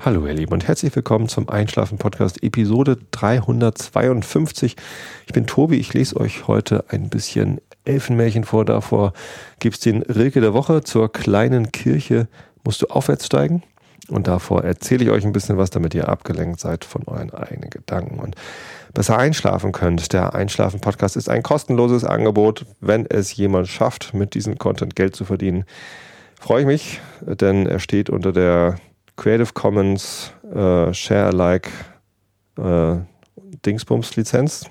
Hallo ihr Lieben und herzlich willkommen zum Einschlafen-Podcast Episode 352. Ich bin Tobi, ich lese euch heute ein bisschen Elfenmärchen vor. Davor gibt es den Rilke der Woche. Zur kleinen Kirche musst du aufwärts steigen. Und davor erzähle ich euch ein bisschen was, damit ihr abgelenkt seid von euren eigenen Gedanken und besser einschlafen könnt. Der Einschlafen-Podcast ist ein kostenloses Angebot. Wenn es jemand schafft, mit diesem Content Geld zu verdienen, freue ich mich, denn er steht unter der Creative Commons Share Alike Dingsbums Lizenz.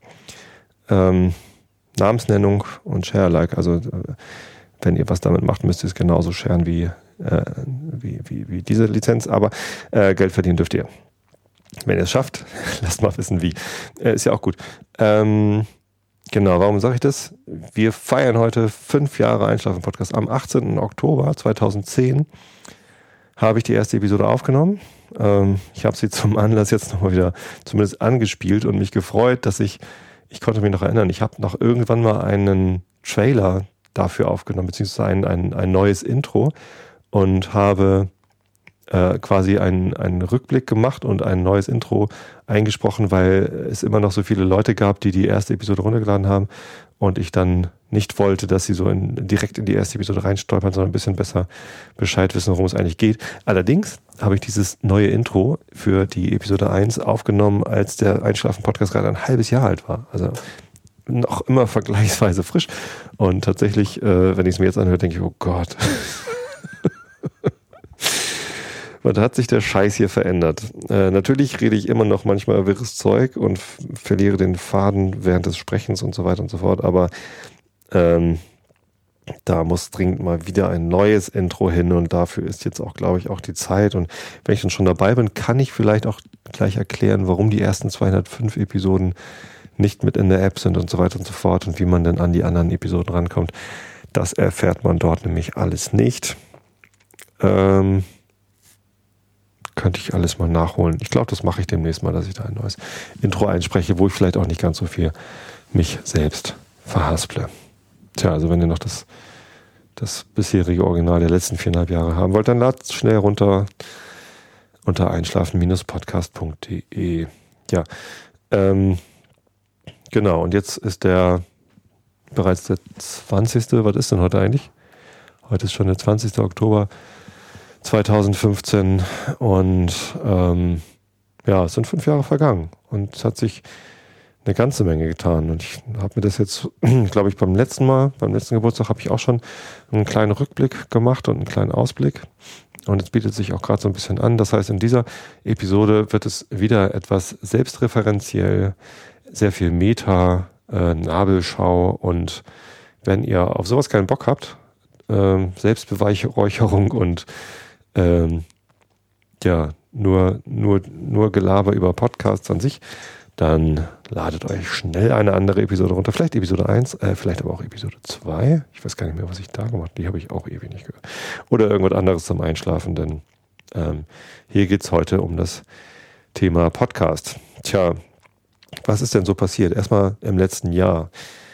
Namensnennung und Share Alike. Also wenn ihr was damit macht, müsst ihr es genauso sharen wie diese Lizenz. Aber Geld verdienen dürft ihr. Wenn ihr es schafft, lasst mal wissen wie. Ist ja auch gut. Genau, warum sage ich das? Wir feiern heute 5 Jahre Einschlafen-Podcast. Am 18. Oktober 2010 habe ich die erste Episode aufgenommen. Ich habe sie zum Anlass jetzt nochmal wieder zumindest angespielt und mich gefreut, dass ich konnte mich noch erinnern, ich habe noch irgendwann mal einen Trailer dafür aufgenommen, beziehungsweise ein neues Intro und habe quasi einen Rückblick gemacht und ein neues Intro eingesprochen, weil es immer noch so viele Leute gab, die die erste Episode runtergeladen haben und ich dann nicht wollte, dass sie so direkt in die erste Episode reinstolpern, sondern ein bisschen besser Bescheid wissen, worum es eigentlich geht. Allerdings habe ich dieses neue Intro für die Episode 1 aufgenommen, als der Einschlafen-Podcast gerade ein halbes Jahr alt war. Also noch immer vergleichsweise frisch. Und tatsächlich, wenn ich es mir jetzt anhöre, denke ich, oh Gott. Was hat sich der Scheiß hier verändert? Natürlich rede ich immer noch manchmal wirres Zeug und verliere den Faden während des Sprechens und so weiter und so fort, aber da muss dringend mal wieder ein neues Intro hin und dafür ist jetzt auch, glaube ich, auch die Zeit. Und wenn ich dann schon dabei bin, kann ich vielleicht auch gleich erklären, warum die ersten 205 Episoden nicht mit in der App sind und so weiter und so fort und wie man denn an die anderen Episoden rankommt. Das erfährt man dort nämlich alles nicht. Könnte ich alles mal nachholen. Ich glaube, das mache ich demnächst mal, dass ich da ein neues Intro einspreche, wo ich vielleicht auch nicht ganz so viel mich selbst verhasple. Tja, also wenn ihr noch das bisherige Original der letzten 4,5 Jahre haben wollt, dann ladet es schnell runter unter einschlafen-podcast.de. Ja, genau. Und jetzt ist bereits der 20. Was ist denn heute eigentlich? Heute ist schon der 20. Oktober 2015 und es sind 5 Jahre vergangen und es hat sich eine ganze Menge getan und ich habe mir das jetzt, glaube ich, beim letzten Geburtstag habe ich auch schon einen kleinen Rückblick gemacht und einen kleinen Ausblick und es bietet sich auch gerade so ein bisschen an. Das heißt, in dieser Episode wird es wieder etwas selbstreferenziell, sehr viel Meta, Nabelschau und wenn ihr auf sowas keinen Bock habt, Selbstbeweihräucherung und nur Gelaber über Podcasts an sich, dann ladet euch schnell eine andere Episode runter. Vielleicht Episode 1, vielleicht aber auch Episode 2. Ich weiß gar nicht mehr, was ich da gemacht habe. Die habe ich auch ewig nicht gehört. Oder irgendwas anderes zum Einschlafen, denn hier geht es heute um das Thema Podcast. Tja, was ist denn so passiert? Erstmal im letzten Jahr.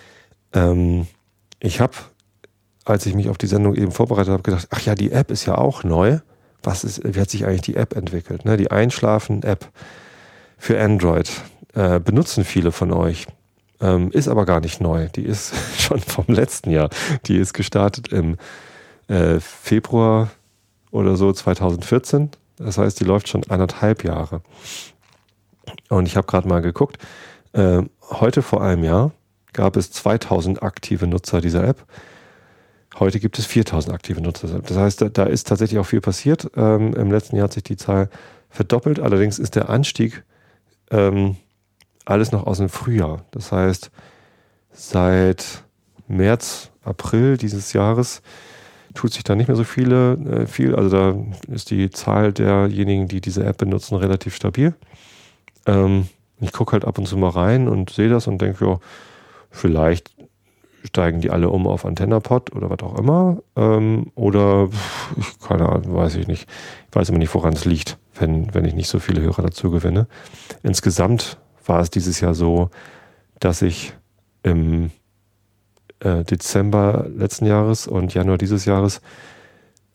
Ich habe, als ich mich auf die Sendung eben vorbereitet habe, gedacht, ach ja, die App ist ja auch neu. Wie hat sich eigentlich die App entwickelt? Ne? Die Einschlafen-App für Android benutzen viele von euch. Ist aber gar nicht neu. Die ist schon vom letzten Jahr. Die ist gestartet im Februar oder so 2014. Das heißt, die läuft schon 1,5 Jahre. Und ich habe gerade mal geguckt. Heute vor einem Jahr gab es 2000 aktive Nutzer dieser App. Heute gibt es 4000 aktive Nutzer. Das heißt, da ist tatsächlich auch viel passiert. Im letzten Jahr hat sich die Zahl verdoppelt. Allerdings ist der Anstieg alles noch aus dem Frühjahr. Das heißt, seit März, April dieses Jahres tut sich da nicht mehr so viel. Also da ist die Zahl derjenigen, die diese App benutzen, relativ stabil. Ich gucke halt ab und zu mal rein und sehe das und denke, ja, vielleicht steigen die alle um auf AntennaPod oder was auch immer. Oder, keine Ahnung, weiß ich nicht. Ich weiß immer nicht, woran es liegt, wenn ich nicht so viele Hörer dazu gewinne. Insgesamt war es dieses Jahr so, dass ich im Dezember letzten Jahres und Januar dieses Jahres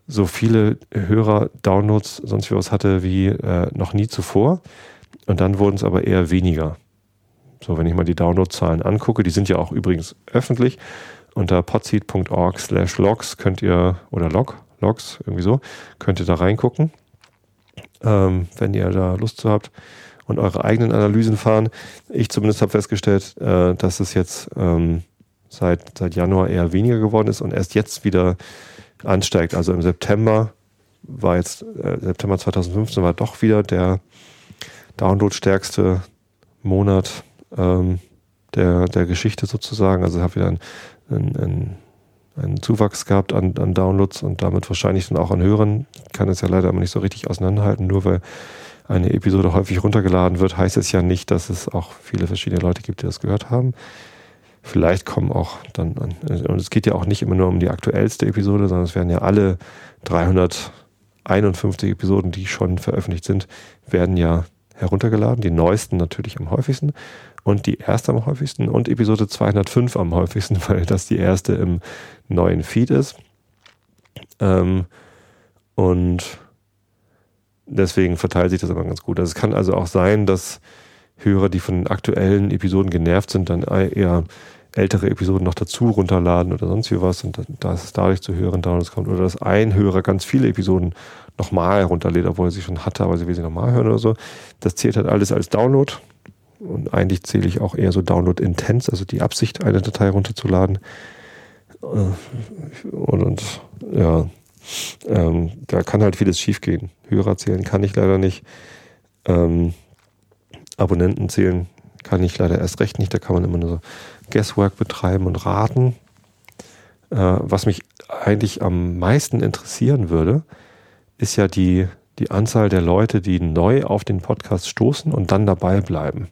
so viele Hörer, Downloads, sonst wie was hatte wie noch nie zuvor. Und dann wurden es aber eher weniger. So, wenn ich mal die Downloadzahlen angucke, die sind ja auch übrigens öffentlich. Unter podseed.org/logs könnt ihr, oder logs, irgendwie so, könnt ihr da reingucken, wenn ihr da Lust zu habt und eure eigenen Analysen fahren. Ich zumindest habe festgestellt, dass es jetzt seit Januar eher weniger geworden ist und erst jetzt wieder ansteigt. Also im September September 2015 war doch wieder der downloadstärkste Monat der Geschichte sozusagen. Also ich habe wieder einen Zuwachs gehabt an Downloads und damit wahrscheinlich dann auch an Hörern. Ich kann es ja leider immer nicht so richtig auseinanderhalten. Nur weil eine Episode häufig runtergeladen wird, heißt es ja nicht, dass es auch viele verschiedene Leute gibt, die das gehört haben. Vielleicht kommen auch dann an. Und es geht ja auch nicht immer nur um die aktuellste Episode, sondern es werden ja alle 351 Episoden, die schon veröffentlicht sind, werden ja heruntergeladen. Die neuesten natürlich am häufigsten und die erste am häufigsten und Episode 205 am häufigsten, weil das die erste im neuen Feed ist. Und deswegen verteilt sich das immer ganz gut. Also es kann also auch sein, dass Hörer, die von den aktuellen Episoden genervt sind, dann eher ältere Episoden noch dazu runterladen oder sonst wie was und dass es dadurch zu höheren Downloads kommt oder dass ein Hörer ganz viele Episoden nochmal runterlädt, obwohl er sie schon hatte, aber sie will sie nochmal hören oder so. Das zählt halt alles als Download und eigentlich zähle ich auch eher so Download-Intents, also die Absicht, eine Datei runterzuladen. Und ja, da kann halt vieles schief gehen. Hörer zählen kann ich leider nicht. Abonnenten zählen kann ich leider erst recht nicht. Da kann man immer nur so Guesswork betreiben und raten. Was mich eigentlich am meisten interessieren würde, ist ja die Anzahl der Leute, die neu auf den Podcast stoßen und dann dabei bleiben.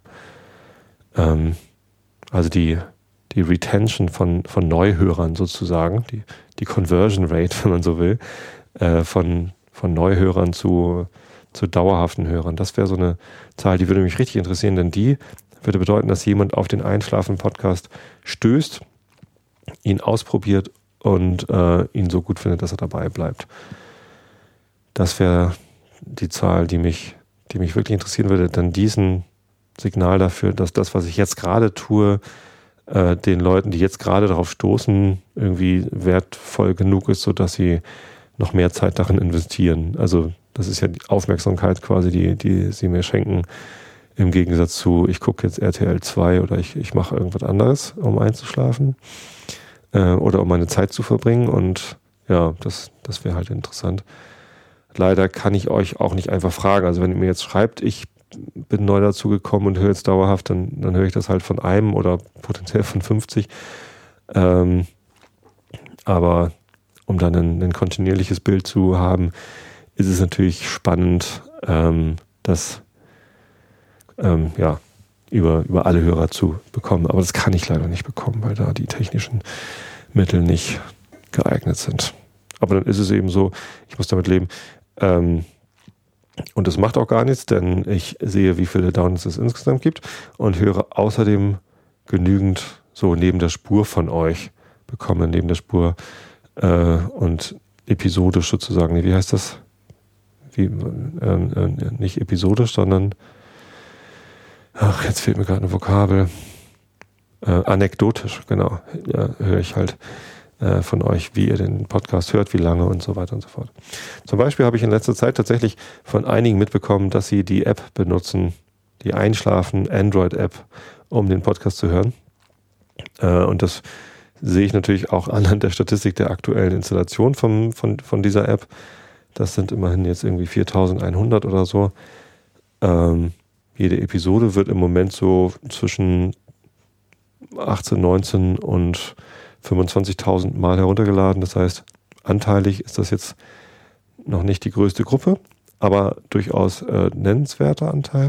Also die Retention von Neuhörern sozusagen, die Conversion Rate, wenn man so will, von Neuhörern zu dauerhaften Hörern. Das wäre so eine Zahl, die würde mich richtig interessieren, denn die würde bedeuten, dass jemand auf den Einschlafen-Podcast stößt, ihn ausprobiert und ihn so gut findet, dass er dabei bleibt. Das wäre die Zahl, die mich wirklich interessieren würde, denn diesen Signal dafür, dass das, was ich jetzt gerade tue, den Leuten, die jetzt gerade darauf stoßen, irgendwie wertvoll genug ist, sodass sie noch mehr Zeit darin investieren. Also das ist ja die Aufmerksamkeit quasi, die sie mir schenken, im Gegensatz zu, ich gucke jetzt RTL 2 oder ich mache irgendwas anderes, um einzuschlafen oder um meine Zeit zu verbringen und ja, das wäre halt interessant. Leider kann ich euch auch nicht einfach fragen. Also wenn ihr mir jetzt schreibt, ich bin neu dazu gekommen und höre jetzt dauerhaft, dann höre ich das halt von einem oder potenziell von 50. Aber um dann ein kontinuierliches Bild zu haben, ist es natürlich spannend, das über alle Hörer zu bekommen. Aber das kann ich leider nicht bekommen, weil da die technischen Mittel nicht geeignet sind. Aber dann ist es eben so, ich muss damit leben. Und das macht auch gar nichts, denn ich sehe, wie viele Downloads es insgesamt gibt und höre außerdem genügend so neben der Spur von euch, bekomme neben der Spur und episodisch sozusagen, wie heißt das? Nicht episodisch, sondern jetzt fehlt mir gerade ein Vokabel. Anekdotisch, genau. Ja, höre ich halt von euch, wie ihr den Podcast hört, wie lange und so weiter und so fort. Zum Beispiel habe ich in letzter Zeit tatsächlich von einigen mitbekommen, dass sie die App benutzen, die Einschlafen Android-App, um den Podcast zu hören. Und das sehe ich natürlich auch anhand der Statistik der aktuellen Installation von dieser App. Das sind immerhin jetzt irgendwie 4100 oder so. Jede Episode wird im Moment so zwischen 18, 19 und 25.000 Mal heruntergeladen. Das heißt, anteilig ist das jetzt noch nicht die größte Gruppe, aber durchaus nennenswerter Anteil.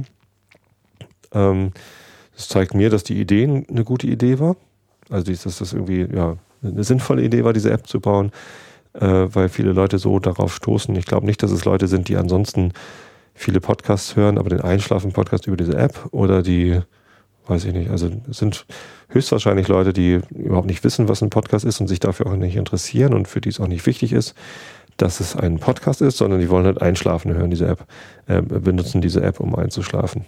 Das zeigt mir, dass die Idee eine gute Idee war. Also, dass das irgendwie eine sinnvolle Idee war, diese App zu bauen, weil viele Leute so darauf stoßen. Ich glaube nicht, dass es Leute sind, die ansonsten viele Podcasts hören, aber den Einschlafen-Podcast über diese App oder die, weiß ich nicht, also es sind höchstwahrscheinlich Leute, die überhaupt nicht wissen, was ein Podcast ist und sich dafür auch nicht interessieren und für die es auch nicht wichtig ist, dass es ein Podcast ist, sondern die wollen halt einschlafen, hören diese App, benutzen diese App, um einzuschlafen.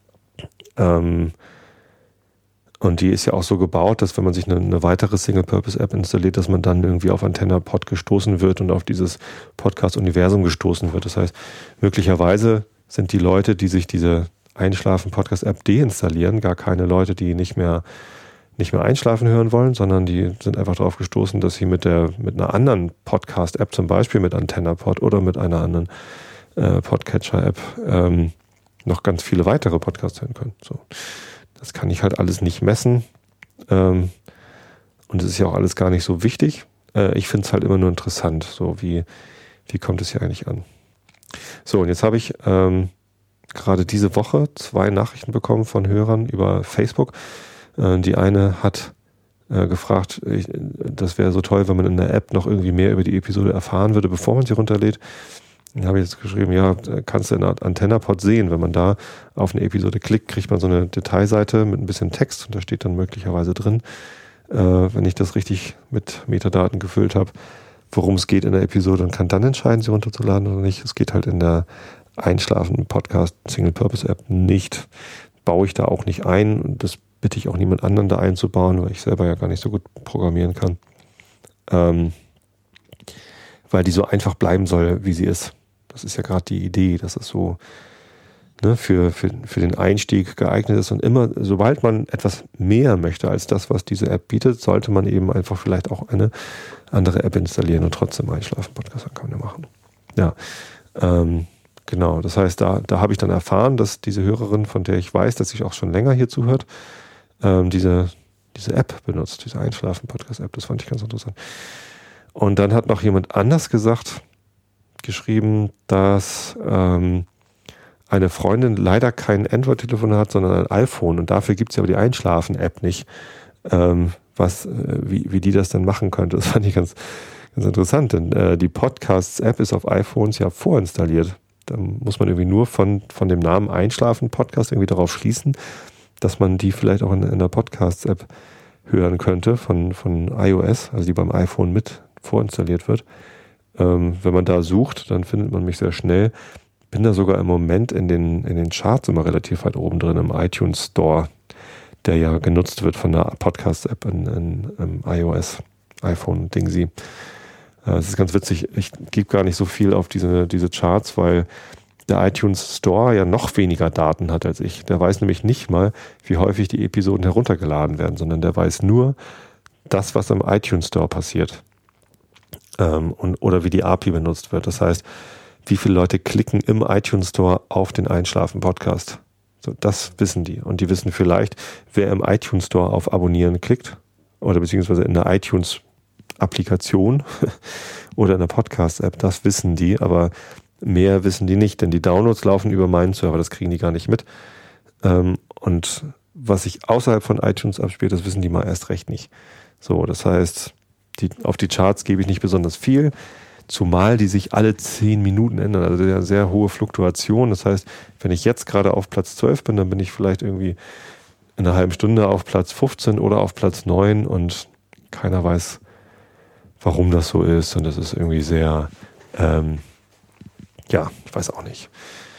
Und die ist ja auch so gebaut, dass wenn man sich eine weitere Single-Purpose-App installiert, dass man dann irgendwie auf AntennaPod gestoßen wird und auf dieses Podcast-Universum gestoßen wird. Das heißt, möglicherweise sind die Leute, die sich diese Einschlafen-Podcast-App deinstallieren, gar keine Leute, die nicht mehr einschlafen hören wollen, sondern die sind einfach darauf gestoßen, dass sie mit einer anderen Podcast-App, zum Beispiel mit AntennaPod oder mit einer anderen Podcatcher-App, noch ganz viele weitere Podcasts hören können. So. Das kann ich halt alles nicht messen. Und es ist ja auch alles gar nicht so wichtig. Ich finde es halt immer nur interessant. So, wie kommt es hier eigentlich an? So, und jetzt habe ich gerade diese Woche 2 Nachrichten bekommen von Hörern über Facebook. Die eine hat gefragt, das wäre so toll, wenn man in der App noch irgendwie mehr über die Episode erfahren würde, bevor man sie runterlädt. Dann habe ich jetzt geschrieben, ja, kannst du in AntennaPod sehen. Wenn man da auf eine Episode klickt, kriegt man so eine Detailseite mit ein bisschen Text und da steht dann möglicherweise drin, wenn ich das richtig mit Metadaten gefüllt habe, worum es geht in der Episode und kann dann entscheiden, sie runterzuladen oder nicht. Es geht halt in der Einschlafen-Podcast Single-Purpose-App nicht. Baue ich da auch nicht ein und das bitte ich auch niemand anderen da einzubauen, weil ich selber ja gar nicht so gut programmieren kann. Weil die so einfach bleiben soll, wie sie ist. Das ist ja gerade die Idee, dass es so für den Einstieg geeignet ist. Und immer, sobald man etwas mehr möchte als das, was diese App bietet, sollte man eben einfach vielleicht auch eine andere App installieren und trotzdem Einschlafen-Podcast machen. Ja, genau. Das heißt, da habe ich dann erfahren, dass diese Hörerin, von der ich weiß, dass sie auch schon länger hier zuhört, diese App benutzt, diese Einschlafen-Podcast-App. Das fand ich ganz interessant. Und dann hat noch jemand anders geschrieben, dass eine Freundin leider kein Android-Telefon hat, sondern ein iPhone. Und dafür gibt es ja aber die Einschlafen-App nicht, wie die das dann machen könnte. Das fand ich ganz, ganz interessant, denn die Podcasts-App ist auf iPhones ja vorinstalliert. Da muss man irgendwie nur von dem Namen Einschlafen-Podcast irgendwie darauf schließen, dass man die vielleicht auch in der Podcasts-App hören könnte von iOS, also die beim iPhone mit vorinstalliert wird. Wenn man da sucht, dann findet man mich sehr schnell. Bin da sogar im Moment in den Charts immer relativ weit oben drin im iTunes Store, der ja genutzt wird von der Podcast-App in iOS, iPhone, Dingsy. Es ist ganz witzig, ich gebe gar nicht so viel auf diese Charts, weil der iTunes Store ja noch weniger Daten hat als ich. Der weiß nämlich nicht mal, wie häufig die Episoden heruntergeladen werden, sondern der weiß nur das, was im iTunes Store passiert. Oder wie die API benutzt wird. Das heißt, wie viele Leute klicken im iTunes Store auf den Einschlafen-Podcast. So, das wissen die. Und die wissen vielleicht, wer im iTunes Store auf Abonnieren klickt oder beziehungsweise in der iTunes-Applikation oder in der Podcast-App. Das wissen die, aber mehr wissen die nicht, denn die Downloads laufen über meinen Server. Das kriegen die gar nicht mit. Und was sich außerhalb von iTunes abspielt, das wissen die mal erst recht nicht. So, das heißt, auf die Charts gebe ich nicht besonders viel, zumal die sich alle 10 Minuten ändern. Also eine sehr hohe Fluktuation. Das heißt, wenn ich jetzt gerade auf Platz 12 bin, dann bin ich vielleicht irgendwie in einer halben Stunde auf Platz 15 oder auf Platz 9 und keiner weiß, warum das so ist. Und das ist irgendwie sehr, ich weiß auch nicht,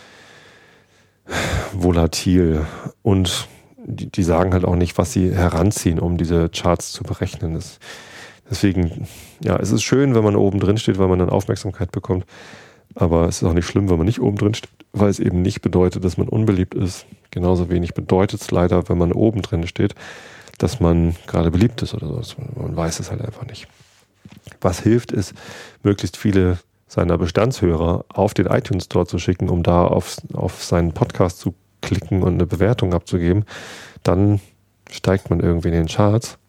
volatil. Und die sagen halt auch nicht, was sie heranziehen, um diese Charts zu berechnen. Deswegen, ja, es ist schön, wenn man oben drin steht, weil man dann Aufmerksamkeit bekommt. Aber es ist auch nicht schlimm, wenn man nicht oben drin steht, weil es eben nicht bedeutet, dass man unbeliebt ist. Genauso wenig bedeutet es leider, wenn man oben drin steht, dass man gerade beliebt ist oder so. Man weiß es halt einfach nicht. Was hilft, ist, möglichst viele seiner Bestandshörer auf den iTunes Store zu schicken, um da auf seinen Podcast zu klicken und eine Bewertung abzugeben. Dann steigt man irgendwie in den Charts.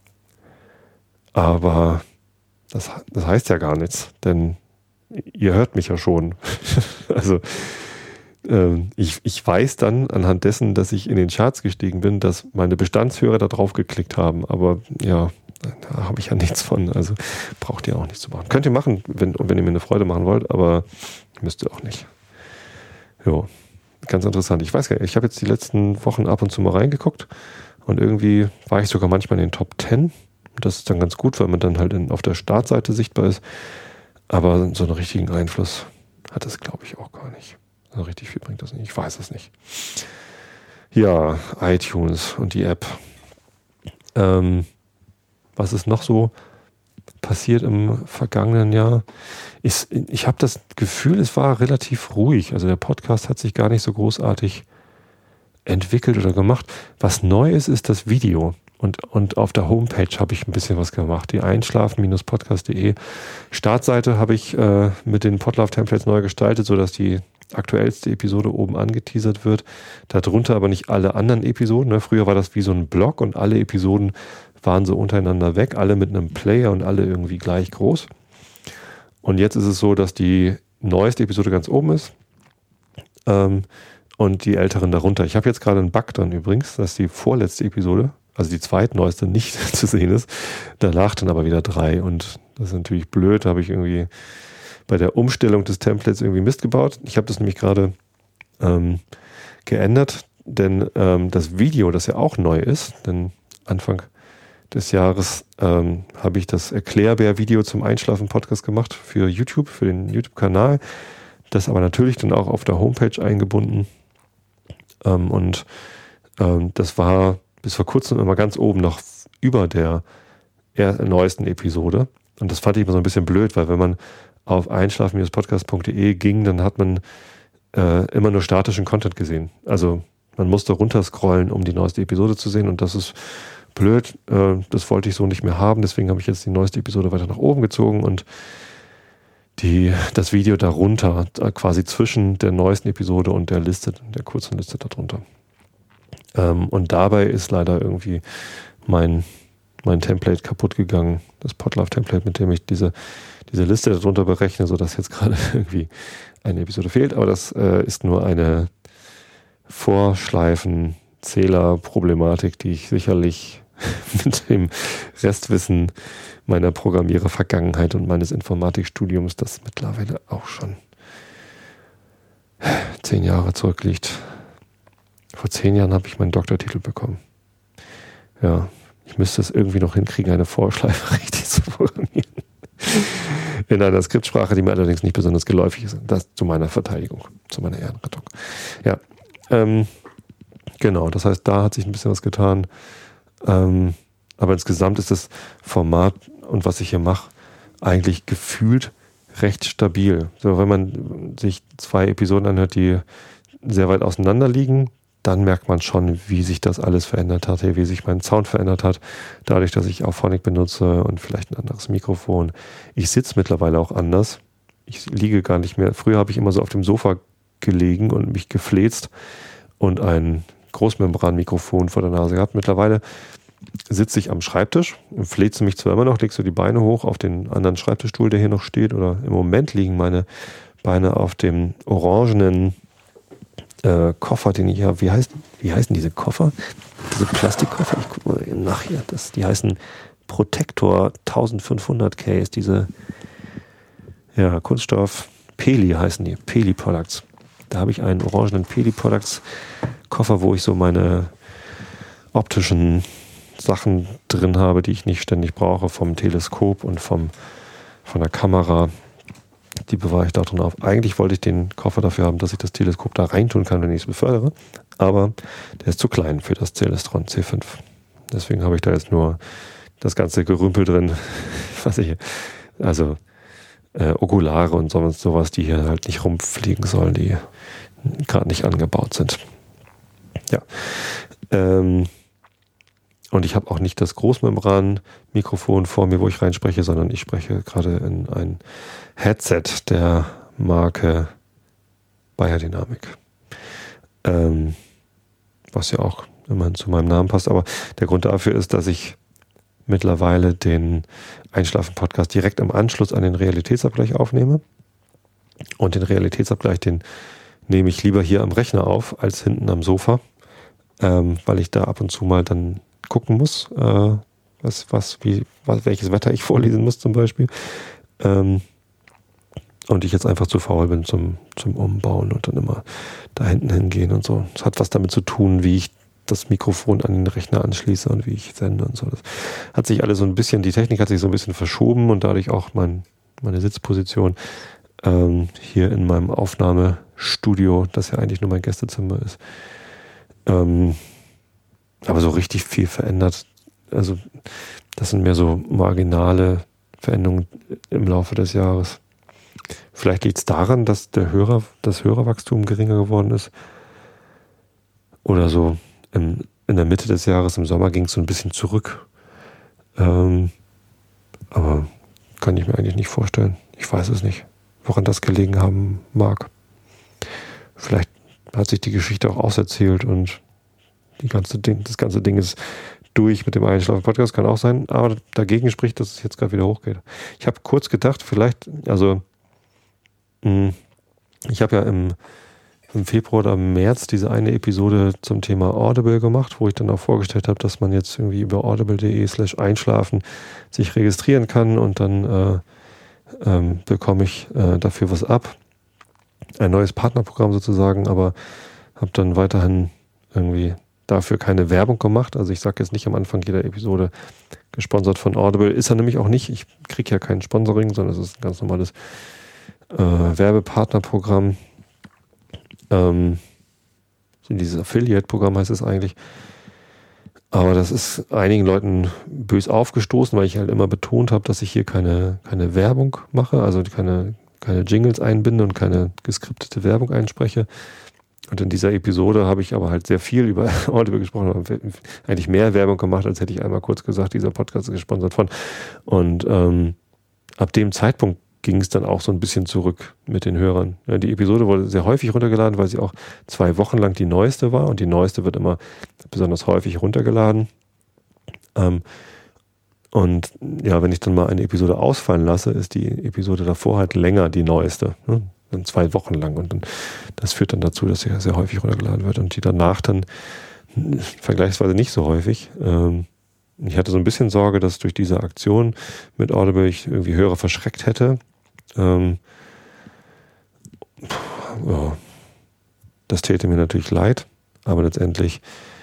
Aber das heißt ja gar nichts, denn ihr hört mich ja schon. Also ich weiß dann anhand dessen, dass ich in den Charts gestiegen bin, dass meine Bestandshörer da drauf geklickt haben. Aber ja, da habe ich ja nichts von. Also braucht ihr auch nichts zu machen. Könnt ihr machen, wenn ihr mir eine Freude machen wollt, aber müsst ihr auch nicht. Jo, ganz interessant. Ich weiß gar nicht, ich habe jetzt die letzten Wochen ab und zu mal reingeguckt und irgendwie war ich sogar manchmal in den Top 10. Das ist dann ganz gut, weil man dann halt auf der Startseite sichtbar ist. Aber so einen richtigen Einfluss hat es, glaube ich, auch gar nicht. So richtig viel bringt das nicht. Ich weiß es nicht. Ja, iTunes und die App. Was ist noch so passiert im vergangenen Jahr? Ich habe das Gefühl, es war relativ ruhig. Also der Podcast hat sich gar nicht so großartig entwickelt oder gemacht. Was neu ist, ist das Video. Und auf der Homepage habe ich ein bisschen was gemacht. Die einschlafen-podcast.de Startseite habe ich mit den Podlove-Templates neu gestaltet, sodass die aktuellste Episode oben angeteasert wird. Darunter aber nicht alle anderen Episoden. Ne? Früher war das wie so ein Blog und alle Episoden waren so untereinander weg, alle mit einem Player und alle irgendwie gleich groß. Und jetzt ist es so, dass die neueste Episode ganz oben ist und die älteren darunter. Ich habe jetzt gerade einen Bug dran übrigens, dass die vorletzte Episode, also die zweitneueste, nicht zu sehen ist. Danach dann aber wieder 3 und das ist natürlich blöd. Da habe ich irgendwie bei der Umstellung des Templates irgendwie Mist gebaut. Ich habe das nämlich gerade geändert, denn das Video, das ja auch neu ist, denn Anfang des Jahres habe ich das Erklärbär-Video zum Einschlafen-Podcast gemacht für YouTube, für den YouTube-Kanal. Das aber natürlich dann auch auf der Homepage eingebunden. Das war bis vor kurzem immer ganz oben noch über der neuesten Episode. Und das fand ich immer so ein bisschen blöd, weil wenn man auf einschlafen-podcast.de ging, dann hat man immer nur statischen Content gesehen. Also man musste runterscrollen, um die neueste Episode zu sehen und das ist blöd. Das wollte ich so nicht mehr haben, deswegen habe ich jetzt die neueste Episode weiter nach oben gezogen und das Video darunter, quasi zwischen der neuesten Episode und der kurzen Liste darunter. Und dabei ist leider irgendwie mein Template kaputt gegangen, das Podlove-Template, mit dem ich diese Liste darunter berechne, sodass jetzt gerade irgendwie eine Episode fehlt. Aber das ist nur eine Vorschleifen-Zähler-Problematik, die ich sicherlich mit dem Restwissen meiner Programmierer-Vergangenheit und meines Informatikstudiums, das mittlerweile auch schon 10 Jahre zurückliegt. Vor 10 Jahren habe ich meinen Doktortitel bekommen. Ja, ich müsste es irgendwie noch hinkriegen, eine Vorschleife richtig zu programmieren. In einer Skriptsprache, die mir allerdings nicht besonders geläufig ist. Das zu meiner Verteidigung, zu meiner Ehrenrettung. Ja, genau, das heißt, da hat sich ein bisschen was getan. Aber insgesamt ist das Format und was ich hier mache, eigentlich gefühlt recht stabil. So, wenn man sich 2 Episoden anhört, die sehr weit auseinander liegen, dann merkt man schon, wie sich das alles verändert hat, wie sich mein Sound verändert hat, dadurch, dass ich Auphonic benutze und vielleicht ein anderes Mikrofon. Ich sitze mittlerweile auch anders. Ich liege gar nicht mehr. Früher habe ich immer so auf dem Sofa gelegen und mich gefläzt und ein Großmembranmikrofon vor der Nase gehabt. Mittlerweile sitze ich am Schreibtisch und fläze mich zwar immer noch, legst du die Beine hoch auf den anderen Schreibtischstuhl, der hier noch steht, oder im Moment liegen meine Beine auf dem orangenen Koffer, den ich habe. Wie heißen diese Koffer? Diese Plastikkoffer? Ich gucke mal nach hier. Die heißen Protector 1500 Case. Diese Kunststoff Peli heißen die. Peli Products. Da habe ich einen orangenen Peli Products Koffer, wo ich so meine optischen Sachen drin habe, die ich nicht ständig brauche, vom Teleskop und von der Kamera. Die bewahre ich da drin auf. Eigentlich wollte ich den Koffer dafür haben, dass ich das Teleskop da reintun kann, wenn ich es befördere. Aber der ist zu klein für das Celestron C5. Deswegen habe ich da jetzt nur das ganze Gerümpel drin, Okulare und sowas, die hier halt nicht rumfliegen sollen, die gerade nicht angebaut sind. Ja. Und ich habe auch nicht das Großmembran-Mikrofon vor mir, wo ich reinspreche, sondern ich spreche gerade in ein Headset der Marke Beyerdynamic. Was ja auch immerhin zu meinem Namen passt. Aber der Grund dafür ist, dass ich mittlerweile den Einschlafen-Podcast direkt im Anschluss an den Realitätsabgleich aufnehme. Und den Realitätsabgleich, den nehme ich lieber hier am Rechner auf, als hinten am Sofa, weil ich da ab und zu mal dann gucken muss, welches Wetter ich vorlesen muss zum Beispiel. Und ich jetzt einfach zu faul bin zum Umbauen und dann immer da hinten hingehen und so. Das hat was damit zu tun, wie ich das Mikrofon an den Rechner anschließe und wie ich sende und so. Das hat sich alles so ein bisschen, die Technik hat sich so ein bisschen verschoben und dadurch auch mein meine Sitzposition hier in meinem Aufnahmestudio, das ja eigentlich nur mein Gästezimmer ist. Aber so richtig viel verändert, also das sind mehr so marginale Veränderungen im Laufe des Jahres. Vielleicht liegt es daran, dass das Hörerwachstum geringer geworden ist. Oder so in der Mitte des Jahres, im Sommer, ging es so ein bisschen zurück. Aber kann ich mir eigentlich nicht vorstellen. Ich weiß es nicht, woran das gelegen haben mag. Vielleicht hat sich die Geschichte auch auserzählt und das ganze Ding ist durch mit dem Einschlafen-Podcast, kann auch sein, aber dagegen spricht, dass es jetzt gerade wieder hochgeht. Ich habe kurz gedacht, vielleicht, also ich habe ja im Februar oder März diese eine Episode zum Thema Audible gemacht, wo ich dann auch vorgestellt habe, dass man jetzt irgendwie über audible.de/einschlafen sich registrieren kann und dann bekomme ich dafür was ab. Ein neues Partnerprogramm sozusagen, aber habe dann weiterhin irgendwie dafür keine Werbung gemacht. Also ich sage jetzt nicht am Anfang jeder Episode gesponsert von Audible. Ist er nämlich auch nicht. Ich kriege ja kein Sponsoring, sondern es ist ein ganz normales Werbepartnerprogramm. Dieses Affiliate-Programm heißt es eigentlich. Aber das ist einigen Leuten bös aufgestoßen, weil ich halt immer betont habe, dass ich hier keine Werbung mache, also keine Jingles einbinde und keine geskriptete Werbung einspreche. Und in dieser Episode habe ich aber halt sehr viel über Audible gesprochen, aber eigentlich mehr Werbung gemacht, als hätte ich einmal kurz gesagt, dieser Podcast ist gesponsert von. Und ab dem Zeitpunkt ging es dann auch so ein bisschen zurück mit den Hörern. Ja, die Episode wurde sehr häufig runtergeladen, weil sie auch 2 Wochen lang die neueste war und die neueste wird immer besonders häufig runtergeladen. Und ja, wenn ich dann mal eine Episode ausfallen lasse, ist die Episode davor halt länger die neueste. Ne? Dann 2 Wochen lang und dann, das führt dann dazu, dass sie sehr häufig runtergeladen wird und die danach dann vergleichsweise nicht so häufig. Ich hatte so ein bisschen Sorge, dass durch diese Aktion mit Audible ich irgendwie Hörer verschreckt hätte. Ja, das täte mir natürlich leid, aber letztendlich